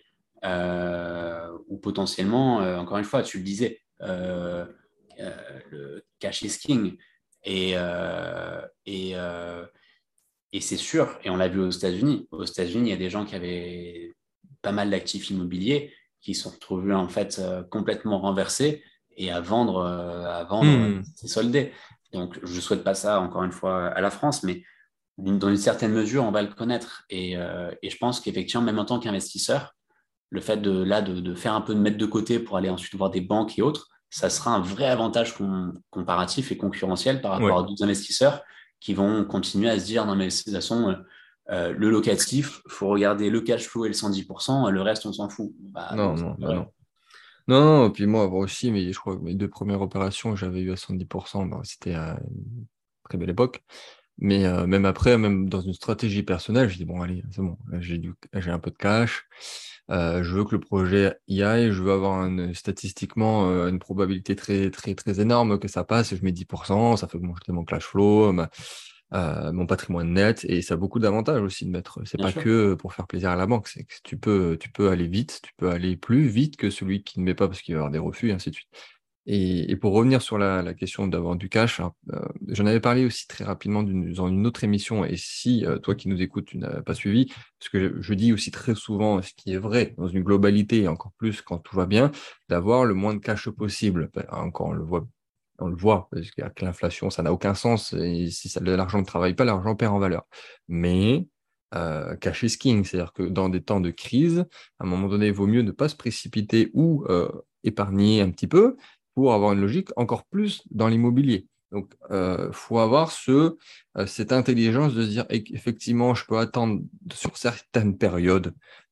euh, ou potentiellement, euh, encore une fois, tu le disais, euh, euh, le cash is king. Et, euh, et, euh, et c'est sûr, et on l'a vu aux États-Unis. Aux États-Unis, il y a des gens qui avaient pas mal d'actifs immobiliers qui se sont retrouvés en fait euh, complètement renversés et à vendre, euh, à vendre Hum, ces soldés. Donc, je ne souhaite pas ça, encore une fois, à la France, mais d'une- dans une certaine mesure, on va le connaître. Et, euh, et je pense qu'effectivement, même en tant qu'investisseur, le fait de, là, de, de faire un peu de mettre de côté pour aller ensuite voir des banques et autres, ça sera un vrai avantage com- comparatif et concurrentiel par rapport ouais. à d'autres investisseurs qui vont continuer à se dire, non, mais de toute façon, euh, euh, le locatif, il faut regarder le cash flow et le cent dix pour cent, le reste, on s'en fout. Bah Non, non, c'est non, pas non, vrai. non. Non, et puis moi, moi aussi, mais je crois que mes deux premières opérations que j'avais eues à soixante-dix pour cent, bon, c'était à une très belle époque. Mais euh, même après, même dans une stratégie personnelle, je dis, bon, allez, c'est bon, là, j'ai du, j'ai un peu de cash, euh, je veux que le projet y aille, je veux avoir une, statistiquement euh, une probabilité très, très, très énorme que ça passe, et je mets dix pour cent, ça fait augmenter mon cash flow, ma- euh, mon patrimoine net, et ça a beaucoup d'avantages aussi de mettre. C'est Bien pas sûr. que pour faire plaisir à la banque, c'est que tu peux, tu peux aller vite, tu peux aller plus vite que celui qui ne met pas parce qu'il va y avoir des refus, et ainsi de suite. Et, et pour revenir sur la, la question d'avoir du cash, hein, euh, j'en avais parlé aussi très rapidement d'une- dans une autre émission, et si euh, toi qui nous écoutes, tu n'as pas suivi, parce que je, je dis aussi très souvent ce qui est vrai dans une globalité, et encore plus quand tout va bien, d'avoir le moins de cash possible. Ben, encore, on le voit, on le voit, parce qu'avec l'inflation, ça n'a aucun sens, et si ça, l'argent ne travaille pas, l'argent perd en valeur. Mais euh, cash is king, c'est-à-dire que dans des temps de crise, à un moment donné, il vaut mieux ne pas se précipiter ou euh, épargner un petit peu pour avoir une logique encore plus dans l'immobilier. Donc, il euh, faut avoir ce, euh, cette intelligence de se dire effectivement, je peux attendre sur certaines périodes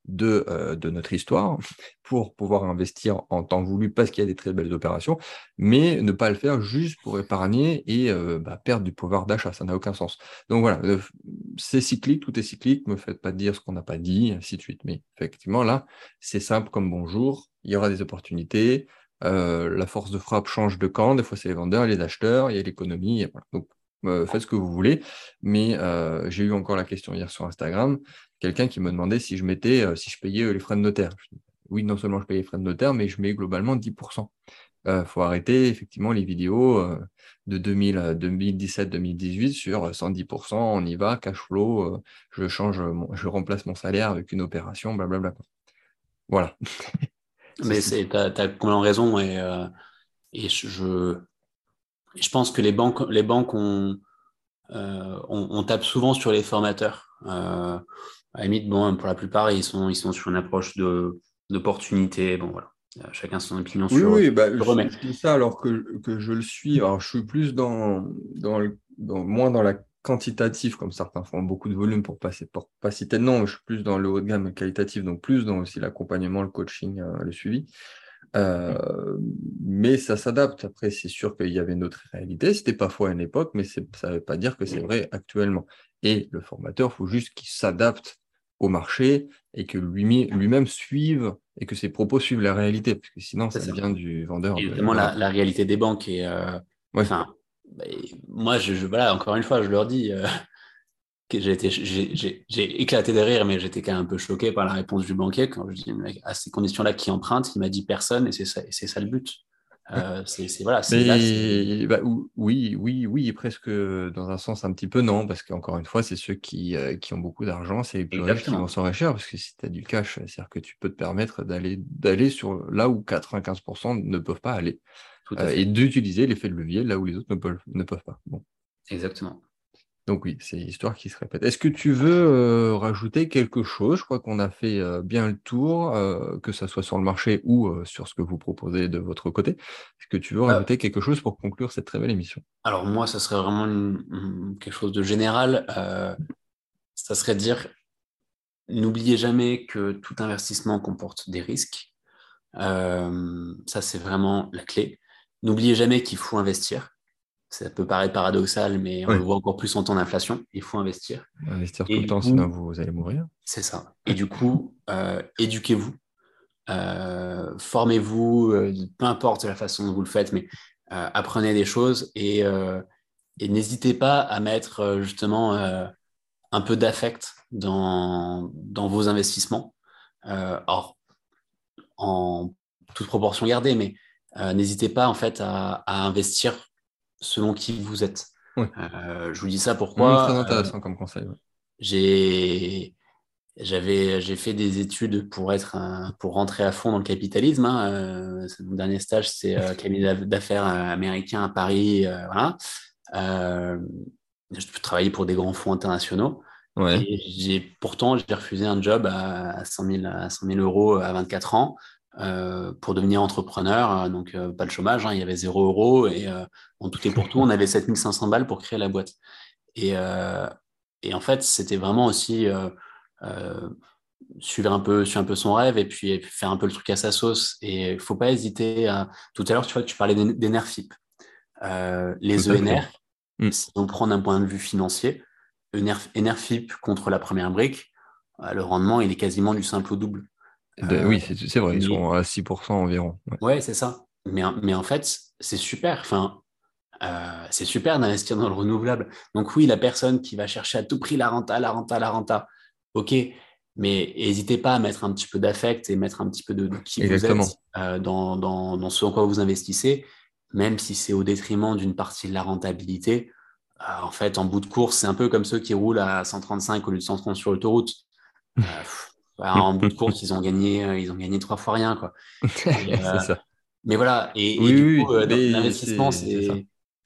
de, euh, de notre histoire pour pouvoir investir en temps voulu parce qu'il y a des très belles opérations, mais ne pas le faire juste pour épargner et euh, bah, perdre du pouvoir d'achat, ça n'a aucun sens. Donc voilà, euh, c'est cyclique, tout est cyclique, ne me faites pas dire ce qu'on n'a pas dit, ainsi de suite. Mais effectivement, là, c'est simple comme bonjour, il y aura des opportunités, euh, la force de frappe change de camp, des fois c'est les vendeurs, les acheteurs, il y a l'économie, et voilà. Donc euh, faites ce que vous voulez, mais euh, j'ai eu encore la question hier sur Instagram, quelqu'un qui me demandait si je mettais, euh, si je payais euh, les frais de notaire. Je dis, oui, non seulement je paye les frais de notaire, mais je mets globalement dix pour cent. Il euh, faut arrêter effectivement les vidéos euh, de deux mille, euh, deux mille dix-sept deux mille dix-huit sur cent dix pour cent, on y va, cash flow, euh, je change, mon- je remplace mon salaire avec une opération, blablabla. Quoi. Voilà. Mais Ceci dit. c'est, t'as, t'as complètement raison et, euh, et je, je, je pense que les banques, les banques ont, euh, on, on tape souvent sur les formateurs. Euh, à la limite, bon, pour la plupart, ils sont, ils sont sur une approche de, d'opportunité. Bon, voilà. Euh, Chacun son opinion Oui, sur, oui, bah, sur eux, je, mais je dis ça alors que, que je le suis. Alors, je suis plus dans, dans, le- dans- moins dans la quantitative, comme certains font beaucoup de volume pour passer, pour pas citer de nom, mais je suis plus dans le haut de gamme qualitatif, donc plus dans aussi l'accompagnement, le coaching, euh, le suivi. Euh, mais ça s'adapte. Après, c'est sûr qu'il y avait une autre réalité. C'était pas faux à une époque, mais c'est- ça ne veut pas dire que c'est vrai actuellement. Et le formateur, il faut juste qu'il s'adapte au marché et que lui- lui-même suive et que ses propos suivent la réalité, parce que sinon, c'est ça ça. devient du vendeur Et de. justement, Voilà. la, la réalité des banques. Et, euh, Ouais. enfin, bah, moi, je, je- voilà, encore une fois, je leur dis euh, que j'ai été, j'ai, j'ai- j'ai éclaté de rire, mais j'étais quand même un peu choqué par la réponse du banquier quand je dis, mec, à ces conditions-là, qui emprunte? Il m'a dit personne, et c'est ça, et c'est ça le but. Euh, c'est, c'est- voilà, c'est là, c'est Mais bah, ou- oui, oui, oui, et presque dans un sens un petit peu non, parce qu'encore une fois, c'est ceux qui, euh, qui ont beaucoup d'argent, c'est les plus riches qui vont exactement, s'enrichir, parce que si tu as du cash, c'est-à-dire que tu peux te permettre d'aller d'aller sur là où quatre-vingt-quinze pour cent ne peuvent pas aller, tout à euh, et fait, d'utiliser l'effet de levier là où les autres ne peuvent, ne peuvent pas. Bon. exactement. Donc oui, c'est l'histoire qui se répète. Est-ce que tu veux euh, rajouter quelque chose? Je crois qu'on a fait euh, bien le tour, euh, que ça soit sur le marché ou euh, sur ce que vous proposez de votre côté. Est-ce que tu veux Euh, rajouter quelque chose pour conclure cette très belle émission? alors moi, ça serait vraiment une- une- quelque chose de général. Euh, ça serait de dire, n'oubliez jamais que tout investissement comporte des risques. Euh, ça, c'est vraiment la clé. N'oubliez jamais qu'il faut investir. Ça peut paraître paradoxal, mais on le Ouais. voit encore plus en temps d'inflation. Il faut investir. Investir Et tout le du temps, sinon coup, vous allez mourir. c'est ça. Et du coup, euh, éduquez-vous, euh, formez-vous, euh, peu importe la façon dont vous le faites, mais euh, apprenez des choses et, euh, et n'hésitez pas à mettre euh, justement euh, un peu d'affect dans, dans vos investissements. Euh, alors, en toute proportion gardée, mais euh, n'hésitez pas en fait à, à investir selon qui vous êtes. Ouais. Euh, je vous dis ça Hum, très pourquoi euh, intéressant comme conseil. Ouais. j'ai j'avais j'ai fait des études pour être un- pour rentrer à fond dans le capitalisme. Hein. Euh, c'est mon dernier stage, c'est euh, cabinet d'affaires euh, américain à Paris. Euh, voilà. Euh, je peux travailler pour des grands fonds internationaux. Ouais. Et j'ai pourtant j'ai refusé un job à, à cent mille, à cent mille euros à vingt-quatre ans euh, pour devenir entrepreneur. Euh, Donc euh, pas de chômage, hein, il y avait zéro euro et euh, en tout et pour tout, on avait sept mille cinq cents balles pour créer la boîte. Et, euh, et en fait, c'était vraiment aussi euh, euh, suivre un peu, suivre un peu son rêve et puis, et puis faire un peu le truc à sa sauce. Et il faut pas hésiter à... Tout à l'heure, tu vois, tu parlais des, des NERFIP. Euh, Tout les à fait. E N R, Hum. si on prend d'un point de vue financier, NERFIP contre la première brique, euh, le rendement, il est quasiment du simple au double. De- Euh, oui, c'est c'est vrai, ils mais sont à six pour cent environ. Ouais. ouais, c'est ça. Mais, mais en fait, c'est super. Enfin, euh, c'est super d'investir dans le renouvelable. Donc oui, la personne qui va chercher à tout prix la renta, la renta, la renta, ok, mais n'hésitez pas à mettre un petit peu d'affect et mettre un petit peu de, de qui vous êtes Exactement. euh, dans, dans, dans ce en quoi vous investissez, même si c'est au détriment d'une partie de la rentabilité. Euh, en fait, en bout de course, c'est un peu comme ceux qui roulent à cent trente-cinq au lieu de cent trente sur l'autoroute. Euh, pff, bah, en bout de course, ils ont gagné, euh, ils ont gagné trois fois rien, quoi. Et, C'est euh, ça. mais voilà, et, et Oui, du oui, coup, oui, euh, dans- mais l'investissement, c'est c'est ça. c'est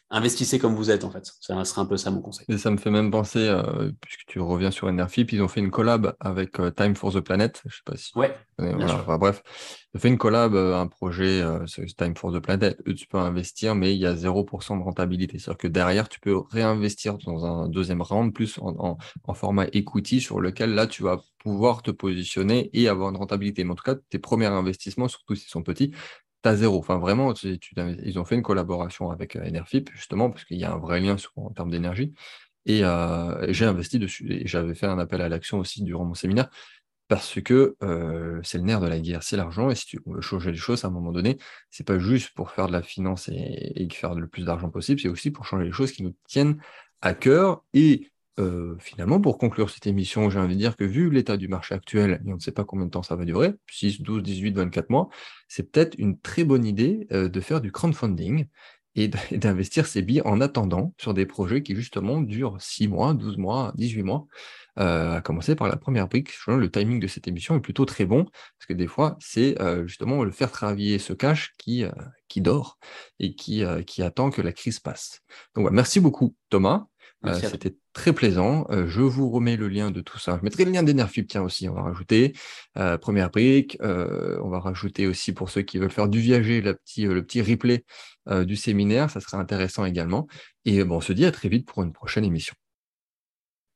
investissez comme vous êtes, en fait. Ça serait un peu ça mon conseil. Et ça me fait même penser, euh, puisque tu reviens sur Enerfip, ils ont fait une collab avec euh, Time for the Planet. Je sais pas si tu Ouais, connais, bien voilà. sûr. Enfin, bref, ils ont fait une collab, euh, un projet, euh, c'est Time for the Planet. Eux, tu peux investir, mais il y a zéro pour cent de rentabilité. C'est-à-dire que derrière, tu peux réinvestir dans un deuxième round, plus en, en, en format equity, sur lequel là, tu vas pouvoir te positionner et avoir une rentabilité. Mais en tout cas, tes premiers investissements, surtout s'ils sont petits, t'as zéro. Enfin, vraiment, tu, tu ils ont fait une collaboration avec euh, Enerfip, justement, parce qu'il y a un vrai lien sur, en termes d'énergie. Et, euh, j'ai investi dessus. Et j'avais fait un appel à l'action aussi durant mon séminaire, parce que euh, c'est le nerf de la guerre, c'est l'argent. Et si tu veux changer les choses à un moment donné, c'est pas juste pour faire de la finance et, et faire le plus d'argent possible, c'est aussi pour changer les choses qui nous tiennent à cœur. Et euh, finalement, pour conclure cette émission, j'ai envie de dire que vu l'état du marché actuel, et on ne sait pas combien de temps ça va durer, six, douze, dix-huit, vingt-quatre mois, c'est peut-être une très bonne idée euh, de faire du crowdfunding et d- et d'investir ses billes en attendant sur des projets qui justement durent six mois, douze mois, dix-huit mois, euh, à commencer par la première brique. Je trouve le timing de cette émission est plutôt très bon, parce que des fois, c'est euh, justement le faire travailler ce cash qui, euh, qui dort et qui, euh, qui attend que la crise passe. Donc voilà, merci beaucoup Thomas. Euh, Merci à toi. c'était très plaisant. Euh, je vous remets le lien de tout ça. Je mettrai le lien d'Enerfip, tiens aussi, on va rajouter. Euh, première brique. Euh, on va rajouter aussi pour ceux qui veulent faire du viager la petit, euh, le petit replay euh, du séminaire. Ça sera intéressant également. Et bon, on se dit à très vite pour une prochaine émission.